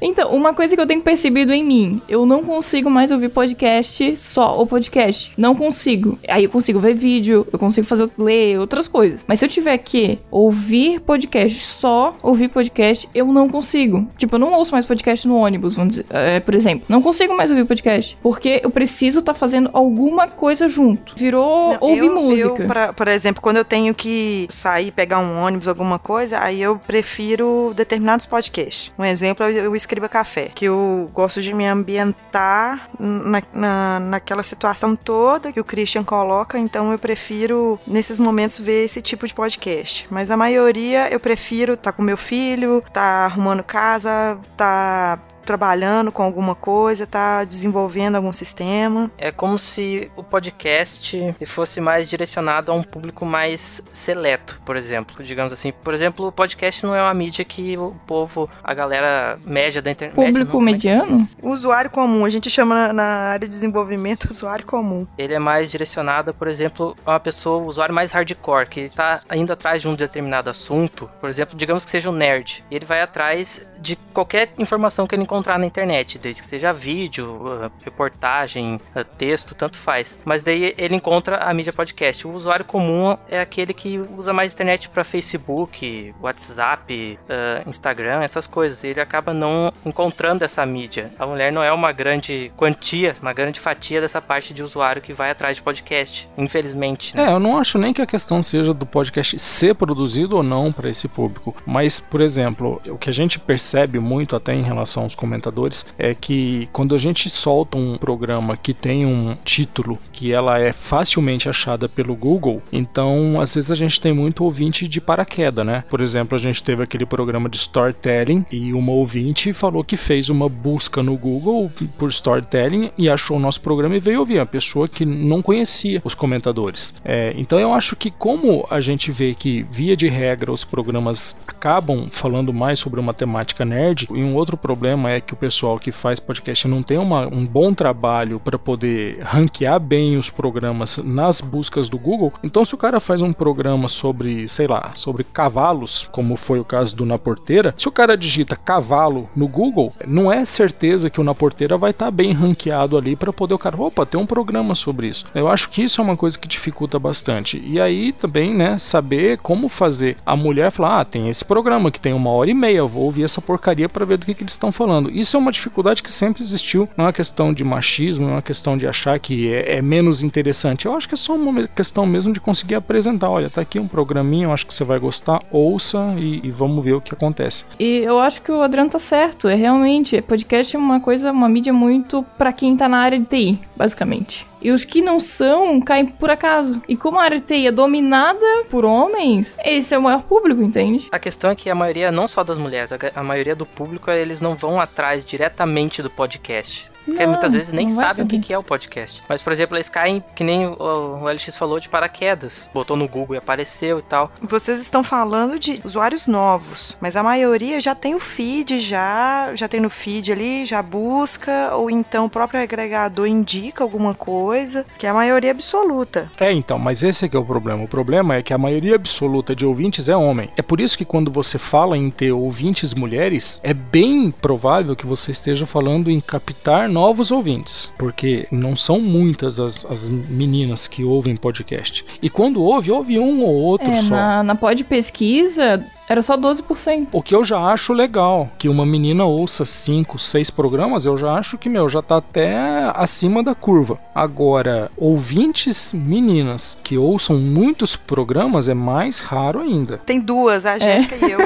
Então, uma coisa que eu tenho percebido em mim, eu não consigo mais ouvir podcast só o podcast. Não consigo. Aí eu consigo ver vídeo, eu consigo fazer, ler outras coisas. Mas se eu tiver que ouvir podcast, só ouvir podcast, eu não consigo. Tipo, eu não ouço mais podcast no ônibus, vamos dizer, é, por exemplo. Não consigo mais ouvir podcast, porque eu preciso estar tá fazendo alguma coisa junto. Virou não, ouvir eu, música. Eu, pra, por exemplo, quando eu tenho que sair, pegar um ônibus, alguma coisa, aí eu prefiro determinados podcasts. Um exemplo é o Escriba Café, que eu gosto de me ambientar na, na, naquela situação toda que o Christian coloca, então eu prefiro, nesses momentos, ver esse tipo de podcast. Mas a maioria eu prefiro estar tá com meu filho, tá arrumando casa, tá trabalhando com alguma coisa, tá desenvolvendo algum sistema. É como se o podcast fosse mais direcionado a um público mais seleto, por exemplo. Digamos assim, por exemplo, o podcast não é uma mídia que o povo, a galera média da internet... Público não, mediano? O usuário comum, a gente chama na, na área de desenvolvimento usuário comum. Ele é mais direcionado, por exemplo, a uma pessoa, o usuário mais hardcore, que ele tá indo atrás de um determinado assunto, por exemplo, digamos que seja um nerd. Ele vai atrás de qualquer informação que ele encontrar na internet, desde que seja vídeo, reportagem, texto, tanto faz. Mas daí ele encontra a mídia podcast. O usuário comum é aquele que usa mais internet para Facebook, WhatsApp, uh, Instagram, essas coisas. Ele acaba não encontrando essa mídia. A mulher não é uma grande quantia, uma grande fatia dessa parte de usuário que vai atrás de podcast, infelizmente. Né? É, eu não acho nem que a questão seja do podcast ser produzido ou não para esse público. Mas, por exemplo, o que a gente percebe muito até em relação aos comentadores é que quando a gente solta um programa que tem um título que ela é facilmente achada pelo Google, então às vezes a gente tem muito ouvinte de paraquedas, né? Por exemplo, a gente teve aquele programa de storytelling e uma ouvinte falou que fez uma busca no Google por storytelling e achou o nosso programa e veio ouvir, uma pessoa que não conhecia os comentadores. É, então eu acho que como a gente vê que via de regra os programas acabam falando mais sobre uma temática nerd, e um outro problema é que o pessoal que faz podcast não tem uma, um bom trabalho para poder ranquear bem os programas nas buscas do Google. Então se o cara faz um programa sobre, sei lá, sobre cavalos, como foi o caso do Na Porteira, se o cara digita cavalo no Google, não é certeza que o Na Porteira vai estar tá bem ranqueado ali para poder o cara, opa, tem um programa sobre isso. Eu acho que isso é uma coisa que dificulta bastante. E aí também, né, saber como fazer a mulher falar, ah, tem esse programa que tem uma hora e meia, eu vou ouvir essa porcaria para ver do que, que eles estão falando. Isso é uma dificuldade que sempre existiu, não é uma questão de machismo, não é uma questão de achar que é, é menos interessante. Eu acho que é só uma questão mesmo de conseguir apresentar, olha, tá aqui um programinha, eu acho que você vai gostar, ouça e, e vamos ver o que acontece. E eu acho que o Adriano tá certo, é realmente, podcast é uma coisa, uma mídia muito pra quem tá na área de T I, basicamente. E os que não são, caem por acaso. E como a área de T I é dominada por homens, esse é o maior público, entende? A questão é que a maioria, não só das mulheres, a maioria do público, eles não vão atrás diretamente do podcast. Porque não, muitas vezes nem sabem o que, que é o podcast. Mas, por exemplo, eles caem, que nem o, o L X falou, de paraquedas. Botou no Google e apareceu e tal. Vocês estão falando de usuários novos, mas a maioria já tem o feed, já, já tem no feed ali, já busca, ou então o próprio agregador indica alguma coisa, que é a maioria absoluta. É, então, mas esse é que é o problema. O problema é que a maioria absoluta de ouvintes é homem. É por isso que quando você fala em ter ouvintes mulheres, é bem provável que você esteja falando em captar novos ouvintes, porque não são muitas as, as meninas que ouvem podcast. E quando ouve, ouve um ou outro é, só. Na, na pod pesquisa, era só doze por cento. O que eu já acho legal, que uma menina ouça cinco, seis programas, eu já acho que, meu, já tá até acima da curva. Agora, ouvintes meninas que ouçam muitos programas é mais raro ainda. Tem duas, a Jéssica é. e eu.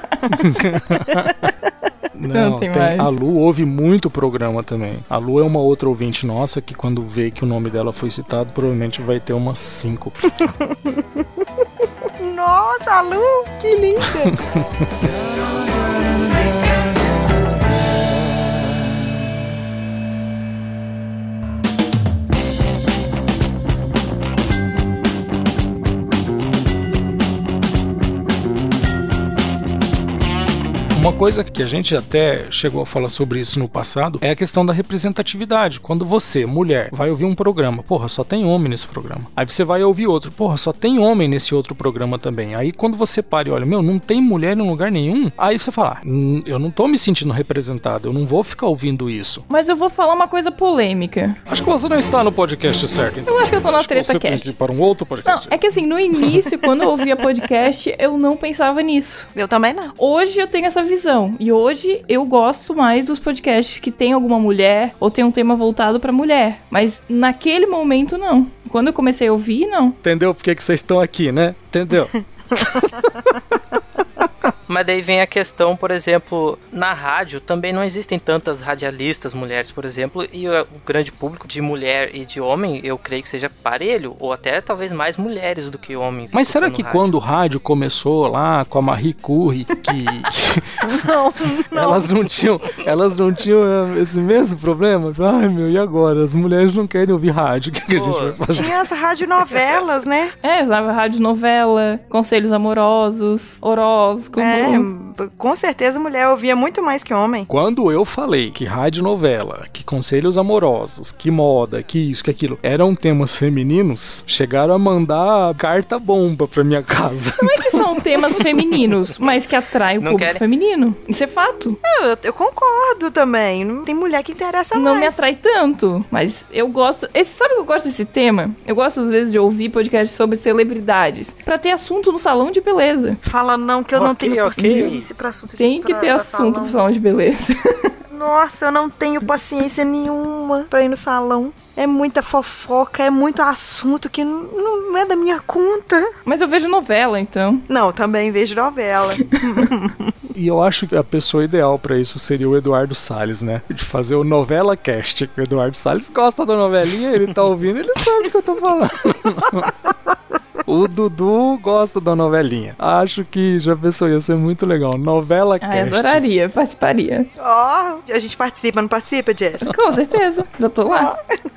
Não, não, tem, tem mais. A Lu ouve muito programa também. A Lu é uma outra ouvinte nossa que quando vê que o nome dela foi citado, provavelmente vai ter umas cinco. Nossa, a Lu, que linda! Uma coisa que a gente até chegou a falar sobre isso no passado é a questão da representatividade. Quando você, mulher, vai ouvir um programa, porra, só tem homem nesse programa. Aí você vai ouvir outro, porra, só tem homem nesse outro programa também. Aí quando você para e olha, meu, não tem mulher em lugar nenhum, aí você fala, ah, eu não tô me sentindo representado, eu não vou ficar ouvindo isso. Mas eu vou falar uma coisa polêmica. Acho que você não está no podcast certo, então. Eu acho que eu tô na acho treta que você cast. tem que ir para um outro podcast. Não, é que assim, no início, quando eu ouvia podcast, eu não pensava nisso. Eu também não. Hoje eu tenho essa visão. E hoje eu gosto mais dos podcasts que tem alguma mulher ou tem um tema voltado pra mulher. Mas naquele momento, não. Quando eu comecei a ouvir, não. Entendeu por que que vocês estão aqui, né? Entendeu? Mas daí vem a questão, por exemplo, na rádio também não existem tantas radialistas mulheres, por exemplo, e o, o grande público de mulher e de homem, eu creio que seja parelho, ou até talvez mais mulheres do que homens. Mas será que rádio. quando o rádio começou lá com a Marie Curie, que Não, não. elas não tinham, elas não tinham esse mesmo problema? Ai meu, e agora? As mulheres não querem ouvir rádio, o que, que a gente vai fazer? Tinha as radionovelas, né? É, eu usava rádio novela, conselhos amorosos, horóscopo. É, com certeza mulher ouvia muito mais que homem. Quando eu falei que rádio novela, que conselhos amorosos, que moda, que isso, que aquilo, eram temas femininos, chegaram a mandar carta bomba pra minha casa. Não é que são temas femininos, mas que atraem o Não público querem? feminino. Isso é fato. Eu, eu concordo também. Não tem mulher que interessa Não mais. me atrai tanto, mas eu gosto... Esse, sabe que eu gosto desse tema? Eu gosto, às vezes, de ouvir podcasts sobre celebridades, pra ter assunto no salão de beleza. Fala não, que eu não Ok, tenho ok. paciência pra assunto de Tem que pra- ter pra assunto salão. pro salão de beleza. Nossa, eu não tenho paciência nenhuma pra ir no salão. É muita fofoca, é muito assunto que não, não é da minha conta. Mas eu vejo novela, então. Não, também vejo novela. E eu acho que a pessoa ideal pra isso seria o Eduardo Salles, né? De fazer o Novela Cast. O Eduardo Salles gosta da novelinha, ele tá ouvindo, ele sabe o que eu tô falando. O Dudu gosta da novelinha. Acho que já pensou, ia ser muito legal. Novela Cast. Ai, adoraria, participaria. Ó, a gente participa, não participa, Jess? Com certeza, já tô lá.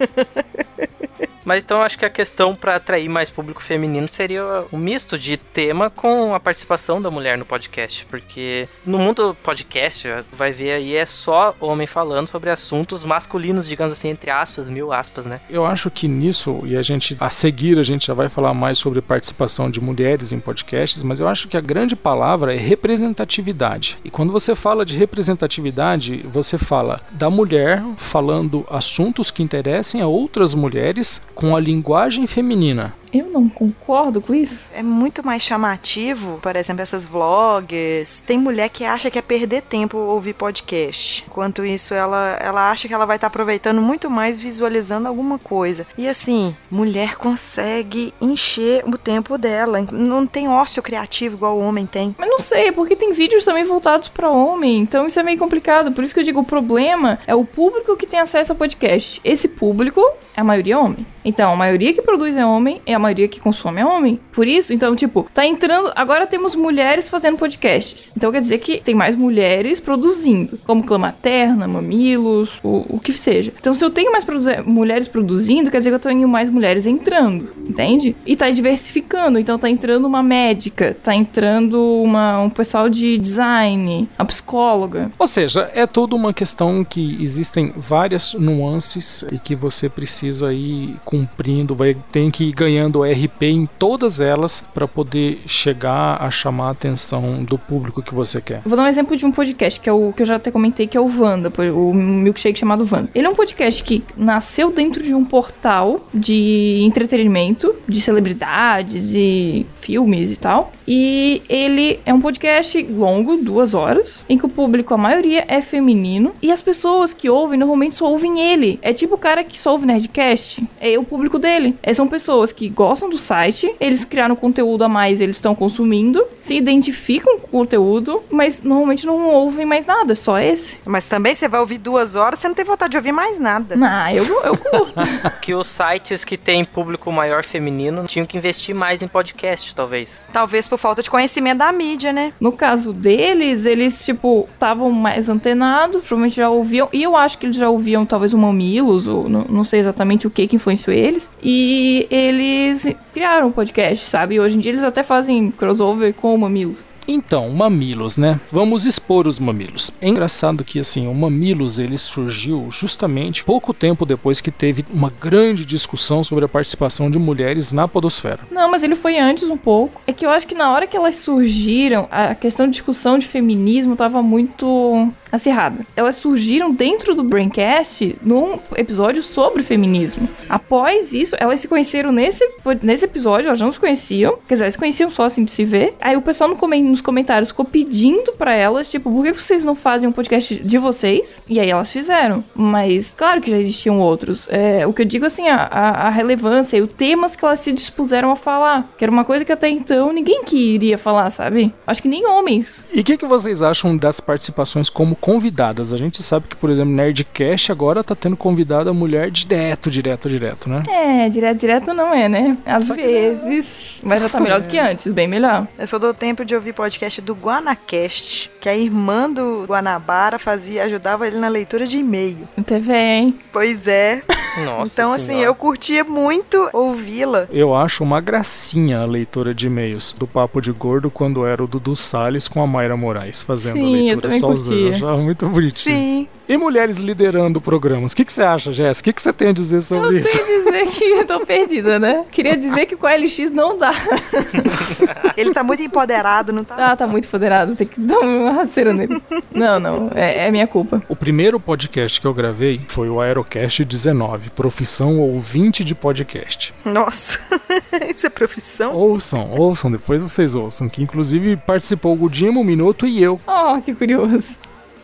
Mas então eu acho que a questão para atrair mais público feminino seria um misto de tema com a participação da mulher no podcast, porque no mundo podcast, vai ver aí, é só homem falando sobre assuntos masculinos, digamos assim, entre aspas, mil aspas, né? Eu acho que nisso, e a gente, a seguir, a gente já vai falar mais sobre participação de mulheres em podcasts, mas eu acho que a grande palavra é representatividade. E quando você fala de representatividade, você fala da mulher falando assuntos que interessem a outras mulheres com a linguagem feminina. Eu não concordo com isso. É muito mais chamativo, por exemplo, essas vlogs. Tem mulher que acha que é perder tempo ouvir podcast. Enquanto isso, ela, ela acha que ela vai estar aproveitando muito mais visualizando alguma coisa. E assim, mulher consegue encher o tempo dela. Não tem ócio criativo igual o homem tem. Mas não sei, porque tem vídeos também voltados pra homem, então isso é meio complicado. Por isso que eu digo, o problema é o público que tem acesso a podcast. Esse público é a maioria homem. Então, a maioria que produz é homem, é a maioria que consome é homem. Por isso, então, tipo, tá entrando... Agora temos mulheres fazendo podcasts. Então quer dizer que tem mais mulheres produzindo. Como Clamaterna, Mamilos, o, o que seja. Então se eu tenho mais produ- mulheres produzindo, quer dizer que eu tenho mais mulheres entrando. Entende? E tá diversificando. Então tá entrando uma médica, tá entrando uma, um pessoal de design, a psicóloga. Ou seja, é toda uma questão que existem várias nuances e que você precisa ir cumprindo, vai tem que ir ganhando R P em todas elas para poder chegar a chamar a atenção do público que você quer. Vou dar um exemplo de um podcast, que é o que eu já até comentei, que é o Wanda, o milkshake chamado Wanda. Ele é um podcast que nasceu dentro de um portal de entretenimento, de celebridades e filmes e tal. E ele é um podcast longo, duas horas, em que o público, a maioria, é feminino. E as pessoas que ouvem, normalmente só ouvem ele. É tipo o cara que só ouve Nerdcast. É o público dele. É, são pessoas que gostam do site, eles criaram conteúdo a mais, eles estão consumindo, se identificam com o conteúdo, mas normalmente não ouvem mais nada, só esse. Mas também você vai ouvir duas horas, você não tem vontade de ouvir mais nada. Ah, eu, eu curto. Que os sites que têm público maior feminino tinham que investir mais em podcast, talvez. Talvez por falta de conhecimento da mídia, né? No caso deles, eles, tipo, estavam mais antenados, provavelmente já ouviam, e eu acho que eles já ouviam talvez o Mamilos, ou não, não sei exatamente o que que influenciou eles, e eles criaram um podcast, sabe? E hoje em dia eles até fazem crossover com o Mamilos. Então, mamilos, né? Vamos expor os mamilos. É engraçado que, assim, o Mamilos, ele surgiu justamente pouco tempo depois que teve uma grande discussão sobre a participação de mulheres na podosfera. Não, mas ele foi antes um pouco. É que eu acho que na hora que elas surgiram, a questão de discussão de feminismo tava muito acirrada. Elas surgiram dentro do Braincast num episódio sobre feminismo. Após isso, elas se conheceram nesse, nesse episódio, elas não se conheciam. Quer dizer, elas se conheciam só assim de se ver. Aí o pessoal no coment- nos comentários ficou pedindo pra elas, tipo, por que vocês não fazem um podcast de vocês? E aí elas fizeram. Mas, claro que já existiam outros. É, o que eu digo, assim, a, a, a relevância e os temas que elas se dispuseram a falar. Que era uma coisa que até então ninguém queria falar, sabe? Acho que nem homens. E o que, que vocês acham das participações como convidadas? A gente sabe que, por exemplo, Nerdcast agora tá tendo convidada mulher direto, direto, direto, né? É, direto, direto não é, né? Às Só vezes. Que... Mas já tá melhor do que antes, bem melhor. Eu só dou tempo de ouvir podcast do Guanacast, que a irmã do Guanabara fazia, ajudava ele na leitura de e-mail. T V, hein? Pois é. Nossa Então, assim, senhora. eu curtia muito ouvi-la. Eu acho uma gracinha a leitura de e-mails do Papo de Gordo quando era o Dudu Salles com a Mayra Moraes fazendo Sim, a leitura eu também só os dois. Eu curtia. achava muito bonitinho. Sim. E mulheres liderando programas. O que, que você acha, Jéssica? O que, que você tem a dizer sobre Eu isso? tenho a dizer que eu tô perdida, né? Queria dizer que com a L X não dá. Ele tá muito empoderado, não tá? Ah, tá muito empoderado, tem que dar uma rasteira nele. Não, não, é, é minha culpa. O primeiro podcast que eu gravei foi o Aerocast dezenove, profissão ouvinte de podcast. Nossa, isso é profissão? Ouçam, ouçam, depois vocês ouçam, que inclusive participou o Gudimo, o Minuto e eu. Oh, que curioso.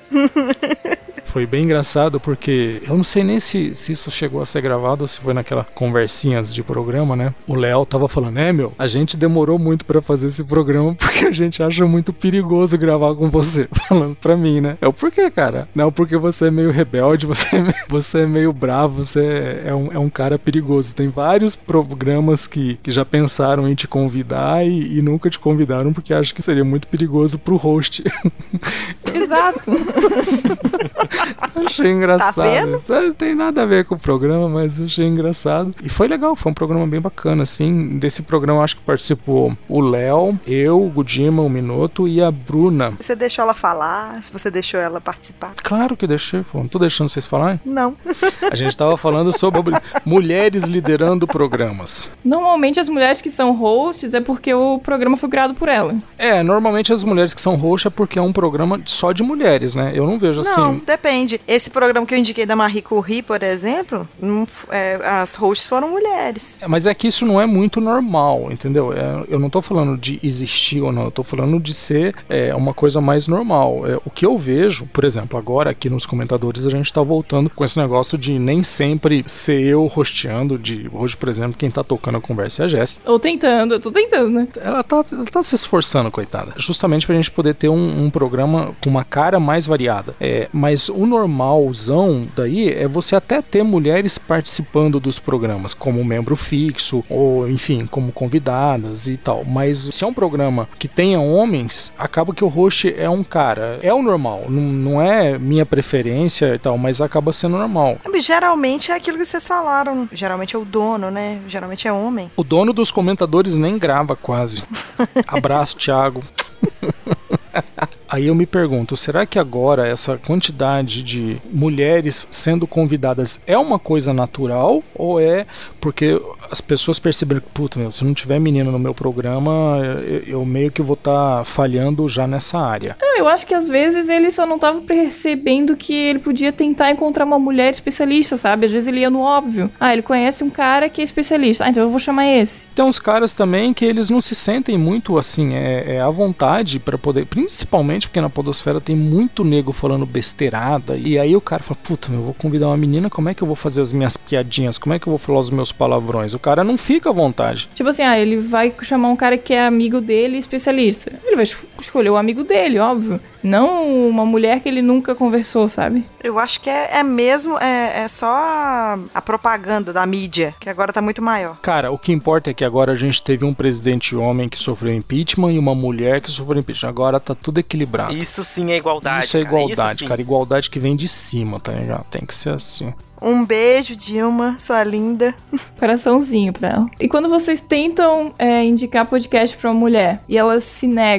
Foi bem engraçado porque eu não sei nem se, se isso chegou a ser gravado ou se foi naquela conversinha antes de programa, né? O Léo tava falando, é meu, a gente demorou muito pra fazer esse programa porque a gente acha muito perigoso gravar com você. Falando pra mim, né? Eu, por que, cara? Não, porque você é meio rebelde, você é meio, você é meio bravo, você é um, é um cara perigoso. Tem vários programas que, que já pensaram em te convidar e, e nunca te convidaram porque acham que seria muito perigoso pro host. Exato. Achei engraçado. Tá vendo? Não tem nada a ver com o programa, mas achei engraçado. E foi legal, foi um programa bem bacana, assim. Desse programa acho que participou o Léo, eu, o Gudima, o Minuto e a Bruna. Você deixou ela falar? Se você deixou ela participar? Claro que eu deixei, pô. Não tô deixando vocês falarem? Não. A gente tava falando sobre mulheres liderando programas. Normalmente as mulheres que são hosts é porque o programa foi criado por ela. É, normalmente as mulheres que são hosts é porque é um programa só de mulheres, né? Eu não vejo assim... Não, depende. Esse programa que eu indiquei da Marie Curie, por exemplo, não, é, as hosts foram mulheres. É, mas é que isso não é muito normal, entendeu? É, eu não tô falando de existir ou não, eu tô falando de ser é, uma coisa mais normal. É, o que eu vejo, por exemplo, agora aqui nos comentadores a gente tá voltando com esse negócio de nem sempre ser eu hosteando, de hoje, por exemplo, quem tá tocando a conversa é a Jéssica. Ou tentando, eu tô tentando, né? Ela tá, ela tá se esforçando, coitada. Justamente pra gente poder ter um, um programa com uma cara mais variada. É, mas o normalzão daí é você até ter mulheres participando dos programas, como membro fixo, ou enfim, como convidadas e tal. Mas se é um programa que tenha homens, acaba que o host é um cara. É o normal, não, não é minha preferência e tal, mas acaba sendo normal. Geralmente é aquilo que vocês falaram. Geralmente é o dono, né? Geralmente é homem. O dono dos comentadores nem grava quase. Abraço, Thiago. Aí eu me pergunto, será que agora essa quantidade de mulheres sendo convidadas é uma coisa natural ou é porque as pessoas perceberam que, puta, meu, se não tiver menina no meu programa, eu, eu meio que vou estar tá falhando já nessa área? Eu acho que às vezes ele só não tava percebendo que ele podia tentar encontrar uma mulher especialista, sabe? Às vezes ele ia no óbvio. Ah, ele conhece um cara que é especialista. Ah, então eu vou chamar esse. Tem uns caras também que eles não se sentem muito assim, é, é à vontade pra poder, principalmente porque na podosfera tem muito nego falando besteirada, e aí o cara fala, puta, eu vou convidar uma menina, como é que eu vou fazer as minhas piadinhas, como é que eu vou falar os meus palavrões? O cara não fica à vontade. Tipo assim, ah, ele vai chamar um cara que é amigo dele, especialista. Ele vai escolher o amigo dele, óbvio. Não uma mulher que ele nunca conversou, sabe? Eu acho que é, é mesmo, é, é só a, a propaganda da mídia, que agora tá muito maior. Cara, o que importa é que agora a gente teve um presidente homem que sofreu impeachment e uma mulher que sofreu impeachment. Agora tá tudo equilibrado. Isso sim é igualdade, Isso é cara. igualdade, Isso cara. Igualdade que vem de cima, tá ligado? Tem que ser assim. Um beijo, Dilma, sua linda. Coraçãozinho pra ela. E quando vocês tentam é, indicar podcast pra uma mulher e elas se negam,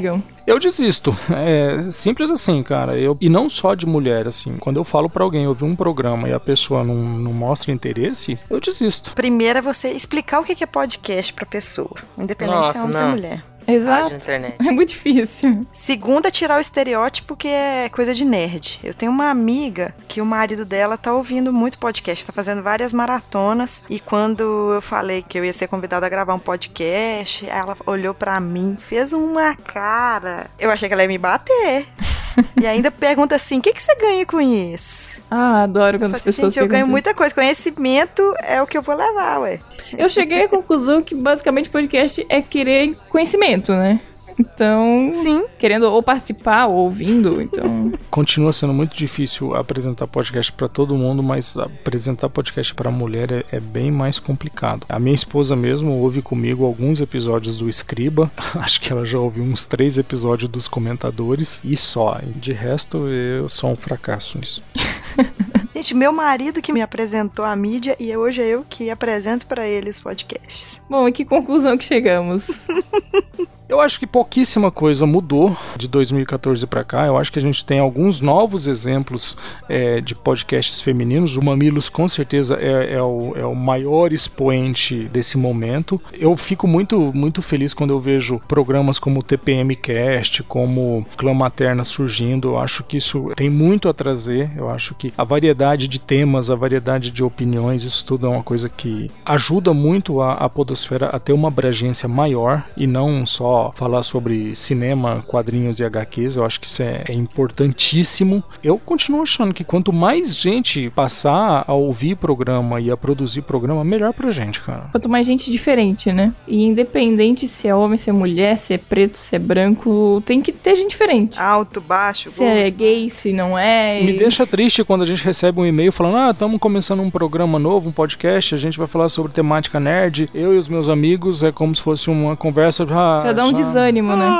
Eu desisto. É simples assim, cara. Eu, e não só de mulher, assim. Quando eu falo pra alguém ouvir um programa e a pessoa não, não mostra interesse, eu desisto. Primeiro é você explicar o que é podcast pra pessoa, independente Nossa, se é homem ou não. mulher. Exato. internet. É muito difícil. Segunda, tirar o estereótipo que é coisa de nerd. Eu tenho uma amiga que o marido dela tá ouvindo muito podcast, tá fazendo várias maratonas, e quando eu falei que eu ia ser convidada a gravar um podcast, ela olhou pra mim, fez uma cara. Eu achei que ela ia me bater. E ainda pergunta assim, o que, que você ganha com isso? Ah, adoro quando Eu as falei, pessoas gente, eu ganho perguntam muita coisa. Conhecimento é o que eu vou levar, ué. Eu cheguei à conclusão que basicamente podcast é querer conhecimento, né? Então, sim, querendo ou participar ou ouvindo, então... Continua sendo muito difícil apresentar podcast pra todo mundo, mas apresentar podcast pra mulher é, é bem mais complicado. A minha esposa mesmo ouve comigo alguns episódios do Escriba, acho que ela já ouviu uns três episódios dos comentadores, e só. De resto, eu sou um fracasso nisso. Gente, meu marido que me apresentou a mídia e hoje é eu que apresento pra ele os podcasts. Bom, e que conclusão que chegamos? Eu acho que pouquíssima coisa mudou de dois mil e catorze pra cá. Eu acho que a gente tem alguns novos exemplos é, de podcasts femininos. O Mamilos, com certeza, é, é, o, é o maior expoente desse momento. Eu fico muito, muito feliz quando eu vejo programas como o T P M Cast, como Clã Materna surgindo. Eu acho que isso tem muito a trazer. Eu acho que a variedade de temas, a variedade de opiniões, isso tudo é uma coisa que ajuda muito a, a podosfera a ter uma abrangência maior e não só falar sobre cinema, quadrinhos e H Qs. Eu acho que isso é, é importantíssimo. Eu continuo achando que quanto mais gente passar a ouvir programa e a produzir programa, melhor pra gente, cara. Quanto mais gente diferente, né? E independente se é homem, se é mulher, se é preto, se é branco, tem que ter gente diferente. Alto, baixo, se gordo. é gay, se não é. Me deixa triste quando a gente recebe um e-mail falando: ah, estamos começando um programa novo, um podcast, a gente vai falar sobre temática nerd. Eu e os meus amigos, é como se fosse uma conversa. Ah, já dá um desânimo, né?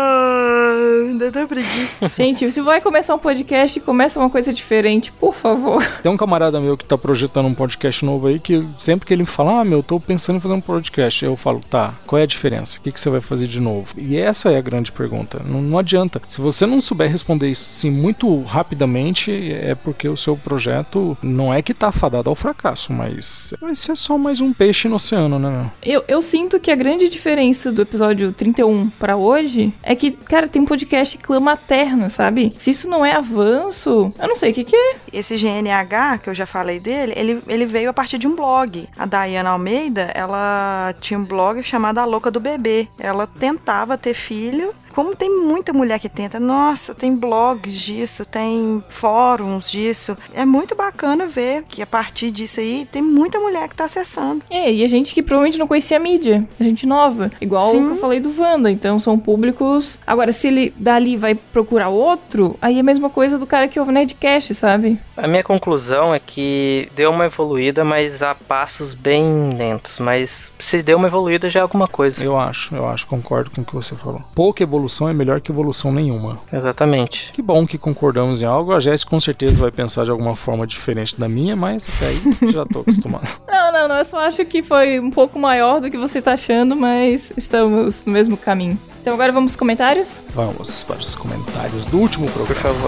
Ah, ainda dá preguiça. Gente, se vai começar um podcast, começa uma coisa diferente, por favor. Tem um camarada meu que tá projetando um podcast novo aí, que sempre que ele me fala, ah, meu, eu tô pensando em fazer um podcast, eu falo, tá, qual é a diferença? O que, que você vai fazer de novo? E essa é a grande pergunta. Não, não adianta. Se você não souber responder isso assim muito rapidamente, é porque o seu projeto não é que tá fadado ao fracasso, mas vai ser só mais um peixe no oceano, né, meu? Eu, eu sinto que a grande diferença do episódio trinta e um pra hoje é que, cara, tem um podcast Clã Materna, sabe? Se isso não é avanço, eu não sei o que que é. Esse G N H, que eu já falei dele, ele, ele veio a partir de um blog. A Dayana Almeida, ela tinha um blog chamado A Louca do Bebê. Ela tentava ter filho, como tem muita mulher que tenta. Nossa, tem blogs disso, tem fóruns disso. É muito bacana ver que a partir disso aí tem muita mulher que tá acessando. É, e a gente que provavelmente não conhecia a mídia, a gente nova. Igual Sim. o que eu falei do Wanda, então são públicos... Agora, se ele dali vai procurar outro, aí é a mesma coisa do cara que ouve Nerdcast, sabe? A minha conclusão é que deu uma evoluída, mas a passos bem lentos. Mas se deu uma evoluída já é alguma coisa. Eu acho, eu acho, concordo com o que você falou. Pouca evolução é melhor que evolução nenhuma. Exatamente. Que bom que concordamos em algo. A Jéssica com certeza vai pensar de alguma forma diferente da minha, mas até aí já tô acostumado. Não, não, não. Eu só acho que foi um pouco maior do que você tá achando, mas estamos no mesmo caminho. Então agora vamos aos comentários? Vamos para os comentários do último programa. Por favor.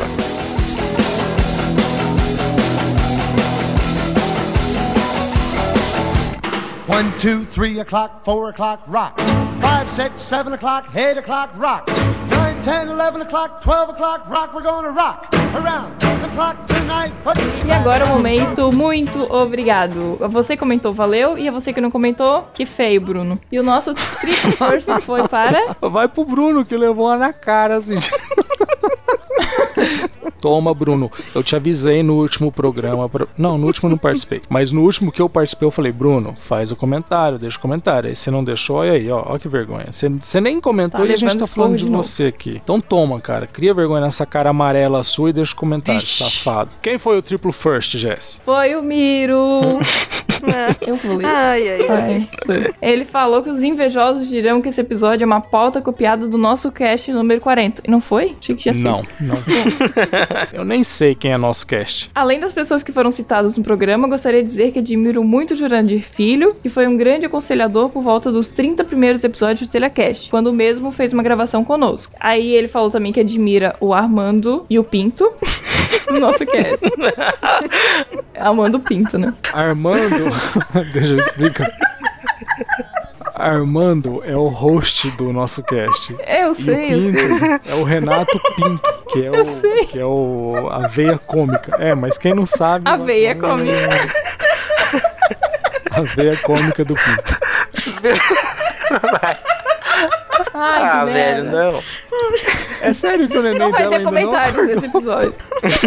One, two, three o'clock, four o'clock, rock. Five, six, seven o'clock, eight o'clock, rock. Nine, ten, eleven o'clock, twelve o'clock, rock. We're gonna rock around the clock tonight. E agora o momento muito obrigado. Você comentou, valeu. E a você que não comentou, que feio, Bruno. E o nosso triplo first foi para... Vai pro Bruno, que levou uma na cara, assim. Toma, Bruno, eu te avisei no último programa pra... Não, no último eu não participei. Mas no último que eu participei eu falei, Bruno, faz o comentário, deixa o comentário. Aí você não deixou, e aí, ó, ó que vergonha. Você, você nem comentou Tá e a gente tá falando de, de você aqui. Então toma, cara, cria vergonha nessa cara amarela sua e deixa o comentário, Ixi. safado. Quem foi o triplo first, Jess? Foi o Miro. Eu falei. Ai, ai, ai. Ele falou que os invejosos dirão que esse episódio é uma pauta copiada do nosso cast número quarenta. E não foi? Achei que tinha sido. Não, não. Eu nem sei quem é nosso cast. Além das pessoas que foram citadas no programa, gostaria de dizer que admiro muito Jurandir Filho, que foi um grande aconselhador por volta dos trinta primeiros episódios do Telecast, quando mesmo fez uma gravação conosco. Aí ele falou também que admira o Armando e o Pinto no nosso cast. Armando Pinto, né? Armando... Deixa eu explicar. Armando é o host do nosso cast. Eu sei, eu sei. É o Renato Pinto, que é eu o sei. que é o a veia cômica. É, mas quem não sabe, a veia é cômica. A veia cômica do Pinto. Ai, ah, que velho, merda. não. É sério que o neném Não vai dela ter ainda comentários não? nesse episódio.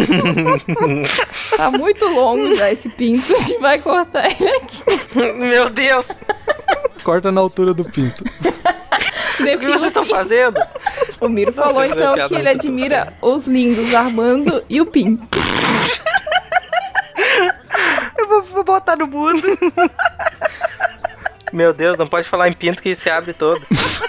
Tá muito longo já esse Pinto. A gente vai cortar ele aqui. Meu Deus. Corta na altura do pinto. O que vocês estão fazendo? O Miro Nossa, falou eu falei então piada que ele muito admira os lindos Armando e o Pinto. Eu vou, vou botar no mundo. Meu Deus, não pode falar em pinto que se abre todo.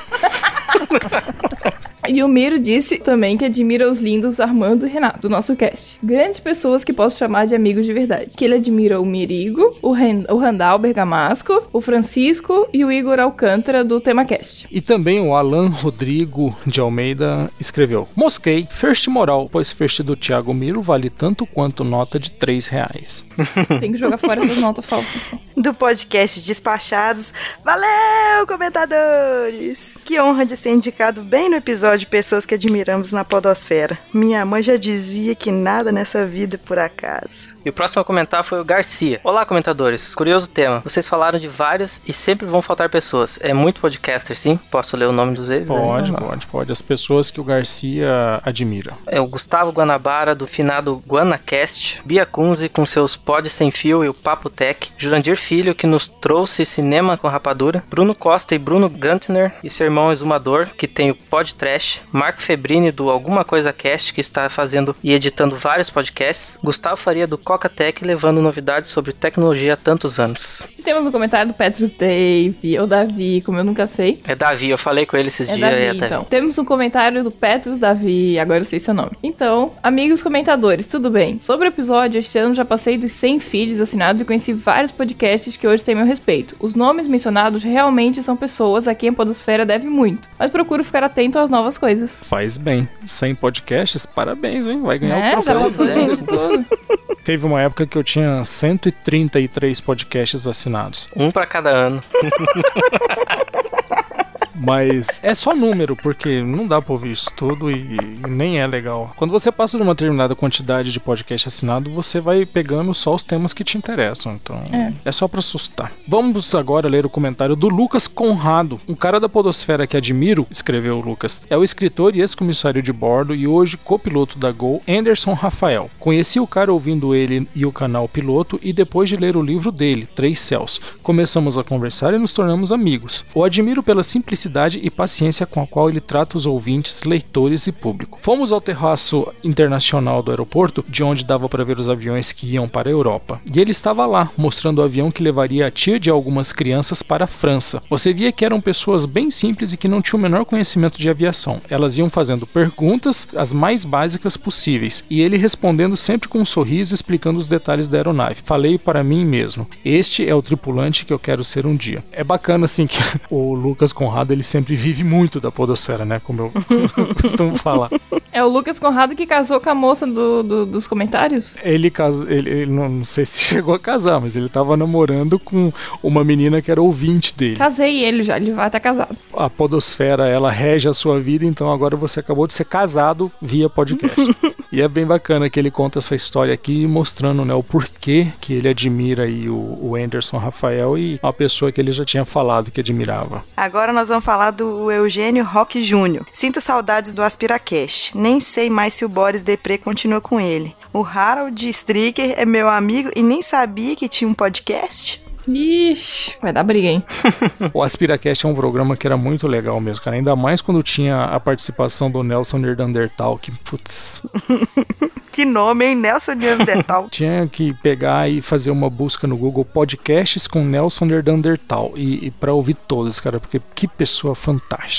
E o Miro disse também que admira os lindos Armando e Renato, do nosso cast. Grandes pessoas que posso chamar de amigos de verdade. Que ele admira o Mirigo, o, Ren- o Randall Bergamasco, o Francisco e o Igor Alcântara, do TemaCast. E também o Alan Rodrigo de Almeida escreveu: Mosquei, first moral, pois first do Thiago Miro vale tanto quanto nota de três reais. Tem que jogar fora essas notas falsas. Do podcast Despachados. Valeu, comentadores! Que honra de ser indicado bem no episódio de pessoas que admiramos na podosfera. Minha mãe já dizia que nada nessa vida é por acaso. E o próximo a comentar foi o Garcia. Olá, comentadores. Curioso tema. Vocês falaram de vários e sempre vão faltar pessoas. É muito podcaster, sim? Posso ler o nome dos eles? Pode, Não. pode, pode. As pessoas que o Garcia admira. É o Gustavo Guanabara, do finado GuanaCast, Bia Kunze com seus Pod Sem Fio e o Papo Tech, Jurandir Filho, que nos trouxe cinema com rapadura, Bruno Costa e Bruno Gantner e seu irmão Exumador, que tem o Pod Trash, Marco Febrini do Alguma Coisa Cast, que está fazendo e editando vários podcasts, Gustavo Faria do Coca Tech, levando novidades sobre tecnologia há tantos anos. E temos um comentário do Petrus Dave, ou Davi, como eu nunca sei. É Davi, eu falei com ele esses É dias. Davi, é Davi. então. Temos um comentário do Petrus Davi, agora eu sei seu nome. Então, amigos comentadores, tudo bem? Sobre o episódio, este ano já passei dos cem feeds assinados e conheci vários podcasts que hoje têm meu respeito. Os nomes mencionados realmente são pessoas a quem a podosfera deve muito, mas procuro ficar atento às novas coisas. Faz bem. cem podcasts, parabéns, hein? Vai ganhar É, o troféu. já passou é. gente tudo. Teve uma época que eu tinha cento e trinta e três podcasts assinados. Um pra cada ano. Mas é só número, porque não dá pra ouvir isso tudo e, e nem é legal. Quando você passa de uma determinada quantidade de podcast assinado, você vai pegando só os temas que te interessam. Então é, é só pra assustar. Vamos agora ler o comentário do Lucas Conrado. Um cara da podosfera que admiro, escreveu o Lucas, é o escritor e ex-comissário de bordo e hoje copiloto da Gol, Anderson Rafael. Conheci o cara ouvindo ele e o canal Piloto e depois de ler o livro dele, Três Céus. Começamos a conversar e nos tornamos amigos. O admiro pela simplicidade e paciência com a qual ele trata os ouvintes, leitores e público. Fomos ao terraço internacional do aeroporto, de onde dava para ver os aviões que iam para a Europa. E ele estava lá, mostrando o avião que levaria a tia de algumas crianças para a França. Você via que eram pessoas bem simples e que não tinham o menor conhecimento de aviação. Elas iam fazendo perguntas, as mais básicas possíveis, e ele respondendo sempre com um sorriso, explicando os detalhes da aeronave. Falei para mim mesmo, este é o tripulante que eu quero ser um dia. É bacana assim que o Lucas Conrado, ele sempre vive muito da podosfera, né? Como eu costumo falar. É o Lucas Conrado que casou com a moça do, do, dos comentários? Ele casou, ele, ele não, não sei se chegou a casar, mas ele tava namorando com uma menina que era ouvinte dele. Casei ele já, ele vai estar casado. A podosfera, ela rege a sua vida, então agora você acabou de ser casado via podcast. E é bem bacana que ele conta essa história aqui, mostrando, né, o porquê que ele admira aí o, o Anderson Rafael e a pessoa que ele já tinha falado que admirava. Agora nós vamos falar do Eugênio Roque Júnior Sinto saudades do AspiraCast. Nem sei mais se o Boris Depré continua com ele. O Harold Stricker é meu amigo e nem sabia que tinha um podcast. Ixi, vai dar briga, hein? O AspiraCast é um programa que era muito legal mesmo, cara. Ainda mais quando tinha a participação do Nelson Neandertal, que, putz... Que nome, hein? Nelson Neandertal. Tinha que pegar e fazer uma busca no Google Podcasts com Nelson Neandertal e, e pra ouvir todas, cara, porque que pessoa fantástica.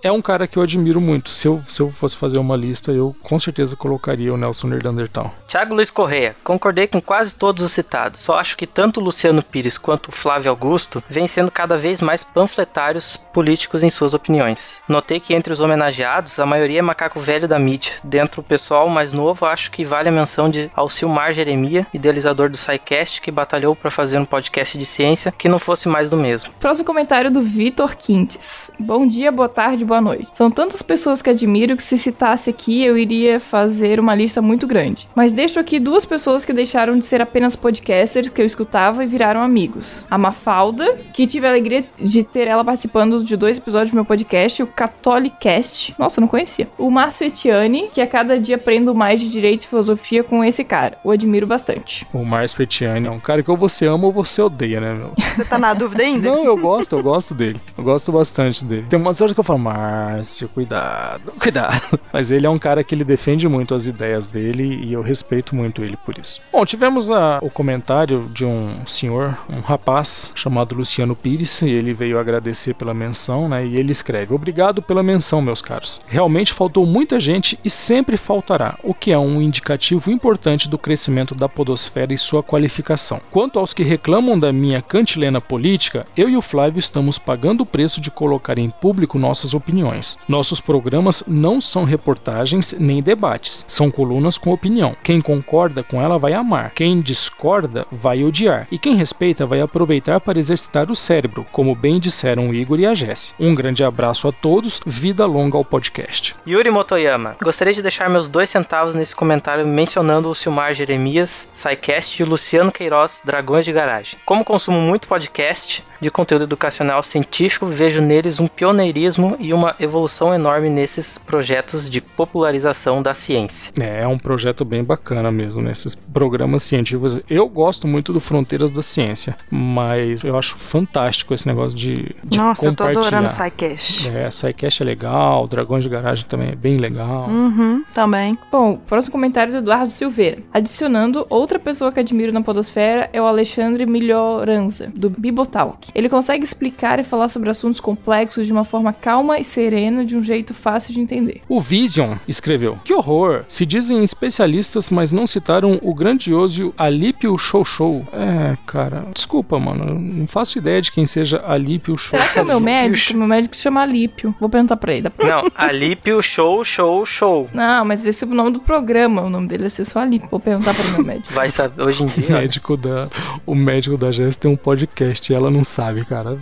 é um cara que eu admiro muito. Se eu, se eu fosse fazer uma lista, eu com certeza colocaria o Nelson Nerdandertal. Thiago Luiz Correia, concordei com quase todos os citados. Só acho que tanto o Luciano Pires quanto o Flávio Augusto vêm sendo cada vez mais panfletários políticos em suas opiniões. Notei que entre os homenageados, a maioria é macaco velho da mídia. Dentro do pessoal mais novo, acho que vale a menção de Alcilmar Jeremia, idealizador do SciCast, que batalhou para fazer um podcast de ciência que não fosse mais do mesmo. Próximo comentário do Vitor Quintes. Bom dia, boa tarde, boa noite. São tantas pessoas que admiro que se citasse aqui eu iria fazer uma lista muito grande. Mas deixo aqui duas pessoas que deixaram de ser apenas podcasters que eu escutava e viraram amigos. A Mafalda, que tive a alegria de ter ela participando de dois episódios do meu podcast, o Catolicast. Nossa, eu não conhecia. O Márcio Etiani, que a cada dia aprendo mais de direito e filosofia com esse cara. O admiro bastante. O Márcio Etiani é um cara que ou você ama ou você odeia, né, meu? Você tá na dúvida ainda? Não, eu gosto, eu gosto dele. Eu gosto bastante dele. Tem umas horas que eu falo, Márcio, cuidado, cuidado. Mas ele é um cara que ele defende muito as ideias dele e eu respeito muito ele por isso. Bom, tivemos a, o comentário de um senhor, um rapaz chamado Luciano Pires, e ele veio agradecer pela menção, né? E ele escreve: obrigado pela menção, meus caros. Realmente faltou muita gente e sempre faltará, o que é um indicativo importante do crescimento da podosfera e sua qualificação. Quanto aos que reclamam da minha cantilena política, eu e o Flávio estamos pagando o preço de colocar em público nossas opiniões. Nossos programas não são reportagens nem debates, são colunas com opinião. Quem concorda com ela vai amar, quem discorda vai odiar, e quem respeita vai aproveitar para exercitar o cérebro, como bem disseram o Igor e a Jessie. Um grande abraço a todos, vida longa ao podcast. Yuri Motoyama, gostaria de deixar meus dois centavos nesse comentário mencionando o Silmar Jeremias, SciCast e o Luciano Queiroz, Dragões de Garagem. Como consumo muito podcast de conteúdo educacional científico, vejo neles um pioneirismo e uma evolução enorme nesses projetos de popularização da ciência. É, é um projeto bem bacana mesmo, nesses programas científicos. Eu gosto muito do Fronteiras da Ciência, mas eu acho fantástico esse negócio de, de Nossa, compartilhar. eu tô adorando o SciCast. É, SciCast é legal, Dragões de Garagem também é bem legal. Uhum, também. Bom, próximo comentário do Eduardo Silveira. Adicionando, outra pessoa que admiro na podosfera é o Alexandre Melhoranza, do Bibotalk. Ele consegue explicar e falar sobre assuntos complexos de uma forma calma e serena, de um jeito fácil de entender. O Vision escreveu: que horror! Se dizem especialistas, mas não citaram o grandioso Alípio Show. É, cara, desculpa, mano, eu não faço ideia de quem seja Alípio Show. Será que é o meu médico? O meu médico se chama Alípio. Vou perguntar pra ele. Não, Alípio Show, Show, Show. Não, mas esse é o nome do programa. O nome dele é ser só Alípio. Vou perguntar pro meu médico. Vai saber, hoje em dia. O médico da, o médico da Jess tem um podcast e ela não sabe, cara.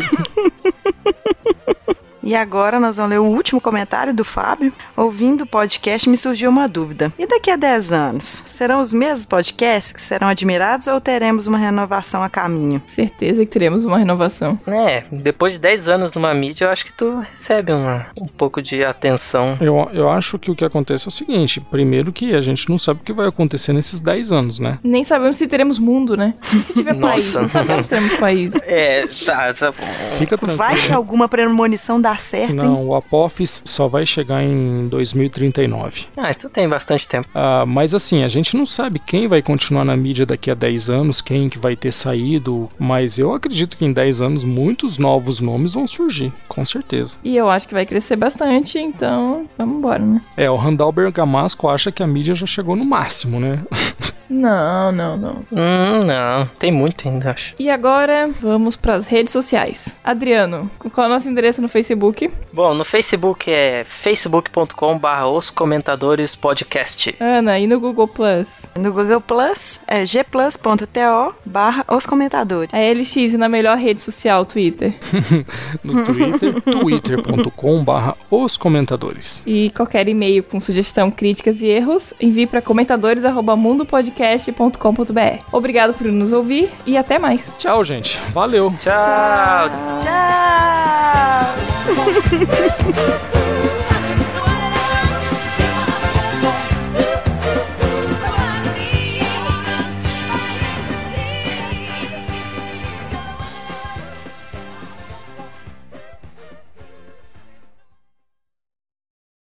E agora nós vamos ler o último comentário do Fábio. Ouvindo o podcast me surgiu uma dúvida. E daqui a dez anos? Serão os mesmos podcasts que serão admirados ou teremos uma renovação a caminho? Certeza que teremos uma renovação. É, depois de dez anos numa mídia, eu acho que tu recebe uma, um pouco de atenção. Eu, eu acho que o que acontece é o seguinte. Primeiro que a gente não sabe o que vai acontecer nesses dez anos, né? Nem sabemos se teremos mundo, né? E se tiver país? Não sabemos se teremos país. É, tá, tá bom. Fica tranquilo. Vai ter alguma premonição da certo, Não, hein? O Apophis só vai chegar em dois mil e trinta e nove. Ah, então tem bastante tempo. Ah, mas assim, a gente não sabe quem vai continuar na mídia daqui a dez anos, quem que vai ter saído, mas eu acredito que em dez anos muitos novos nomes vão surgir, com certeza. E eu acho que vai crescer bastante, então vamos embora, né? É, o Randall Bergamasco acha que a mídia já chegou no máximo, né? Não, não, não. Hum, não, tem muito ainda, acho. E agora, vamos pras redes sociais. Adriano, qual é o nosso endereço no Facebook? Bom, no Facebook é facebook ponto com barra os comentadores podcast. Ana, e no Google Plus? No Google Plus é g plus ponto to barra os comentadores. A L X, e na melhor rede social, Twitter? No Twitter, twitter ponto com barra os comentadores. E qualquer e-mail com sugestão, críticas e erros, envie para comentadores arroba mundo podcast ponto com ponto b r. Obrigado por nos ouvir e até mais. Tchau, gente. Valeu. Tchau. Tchau.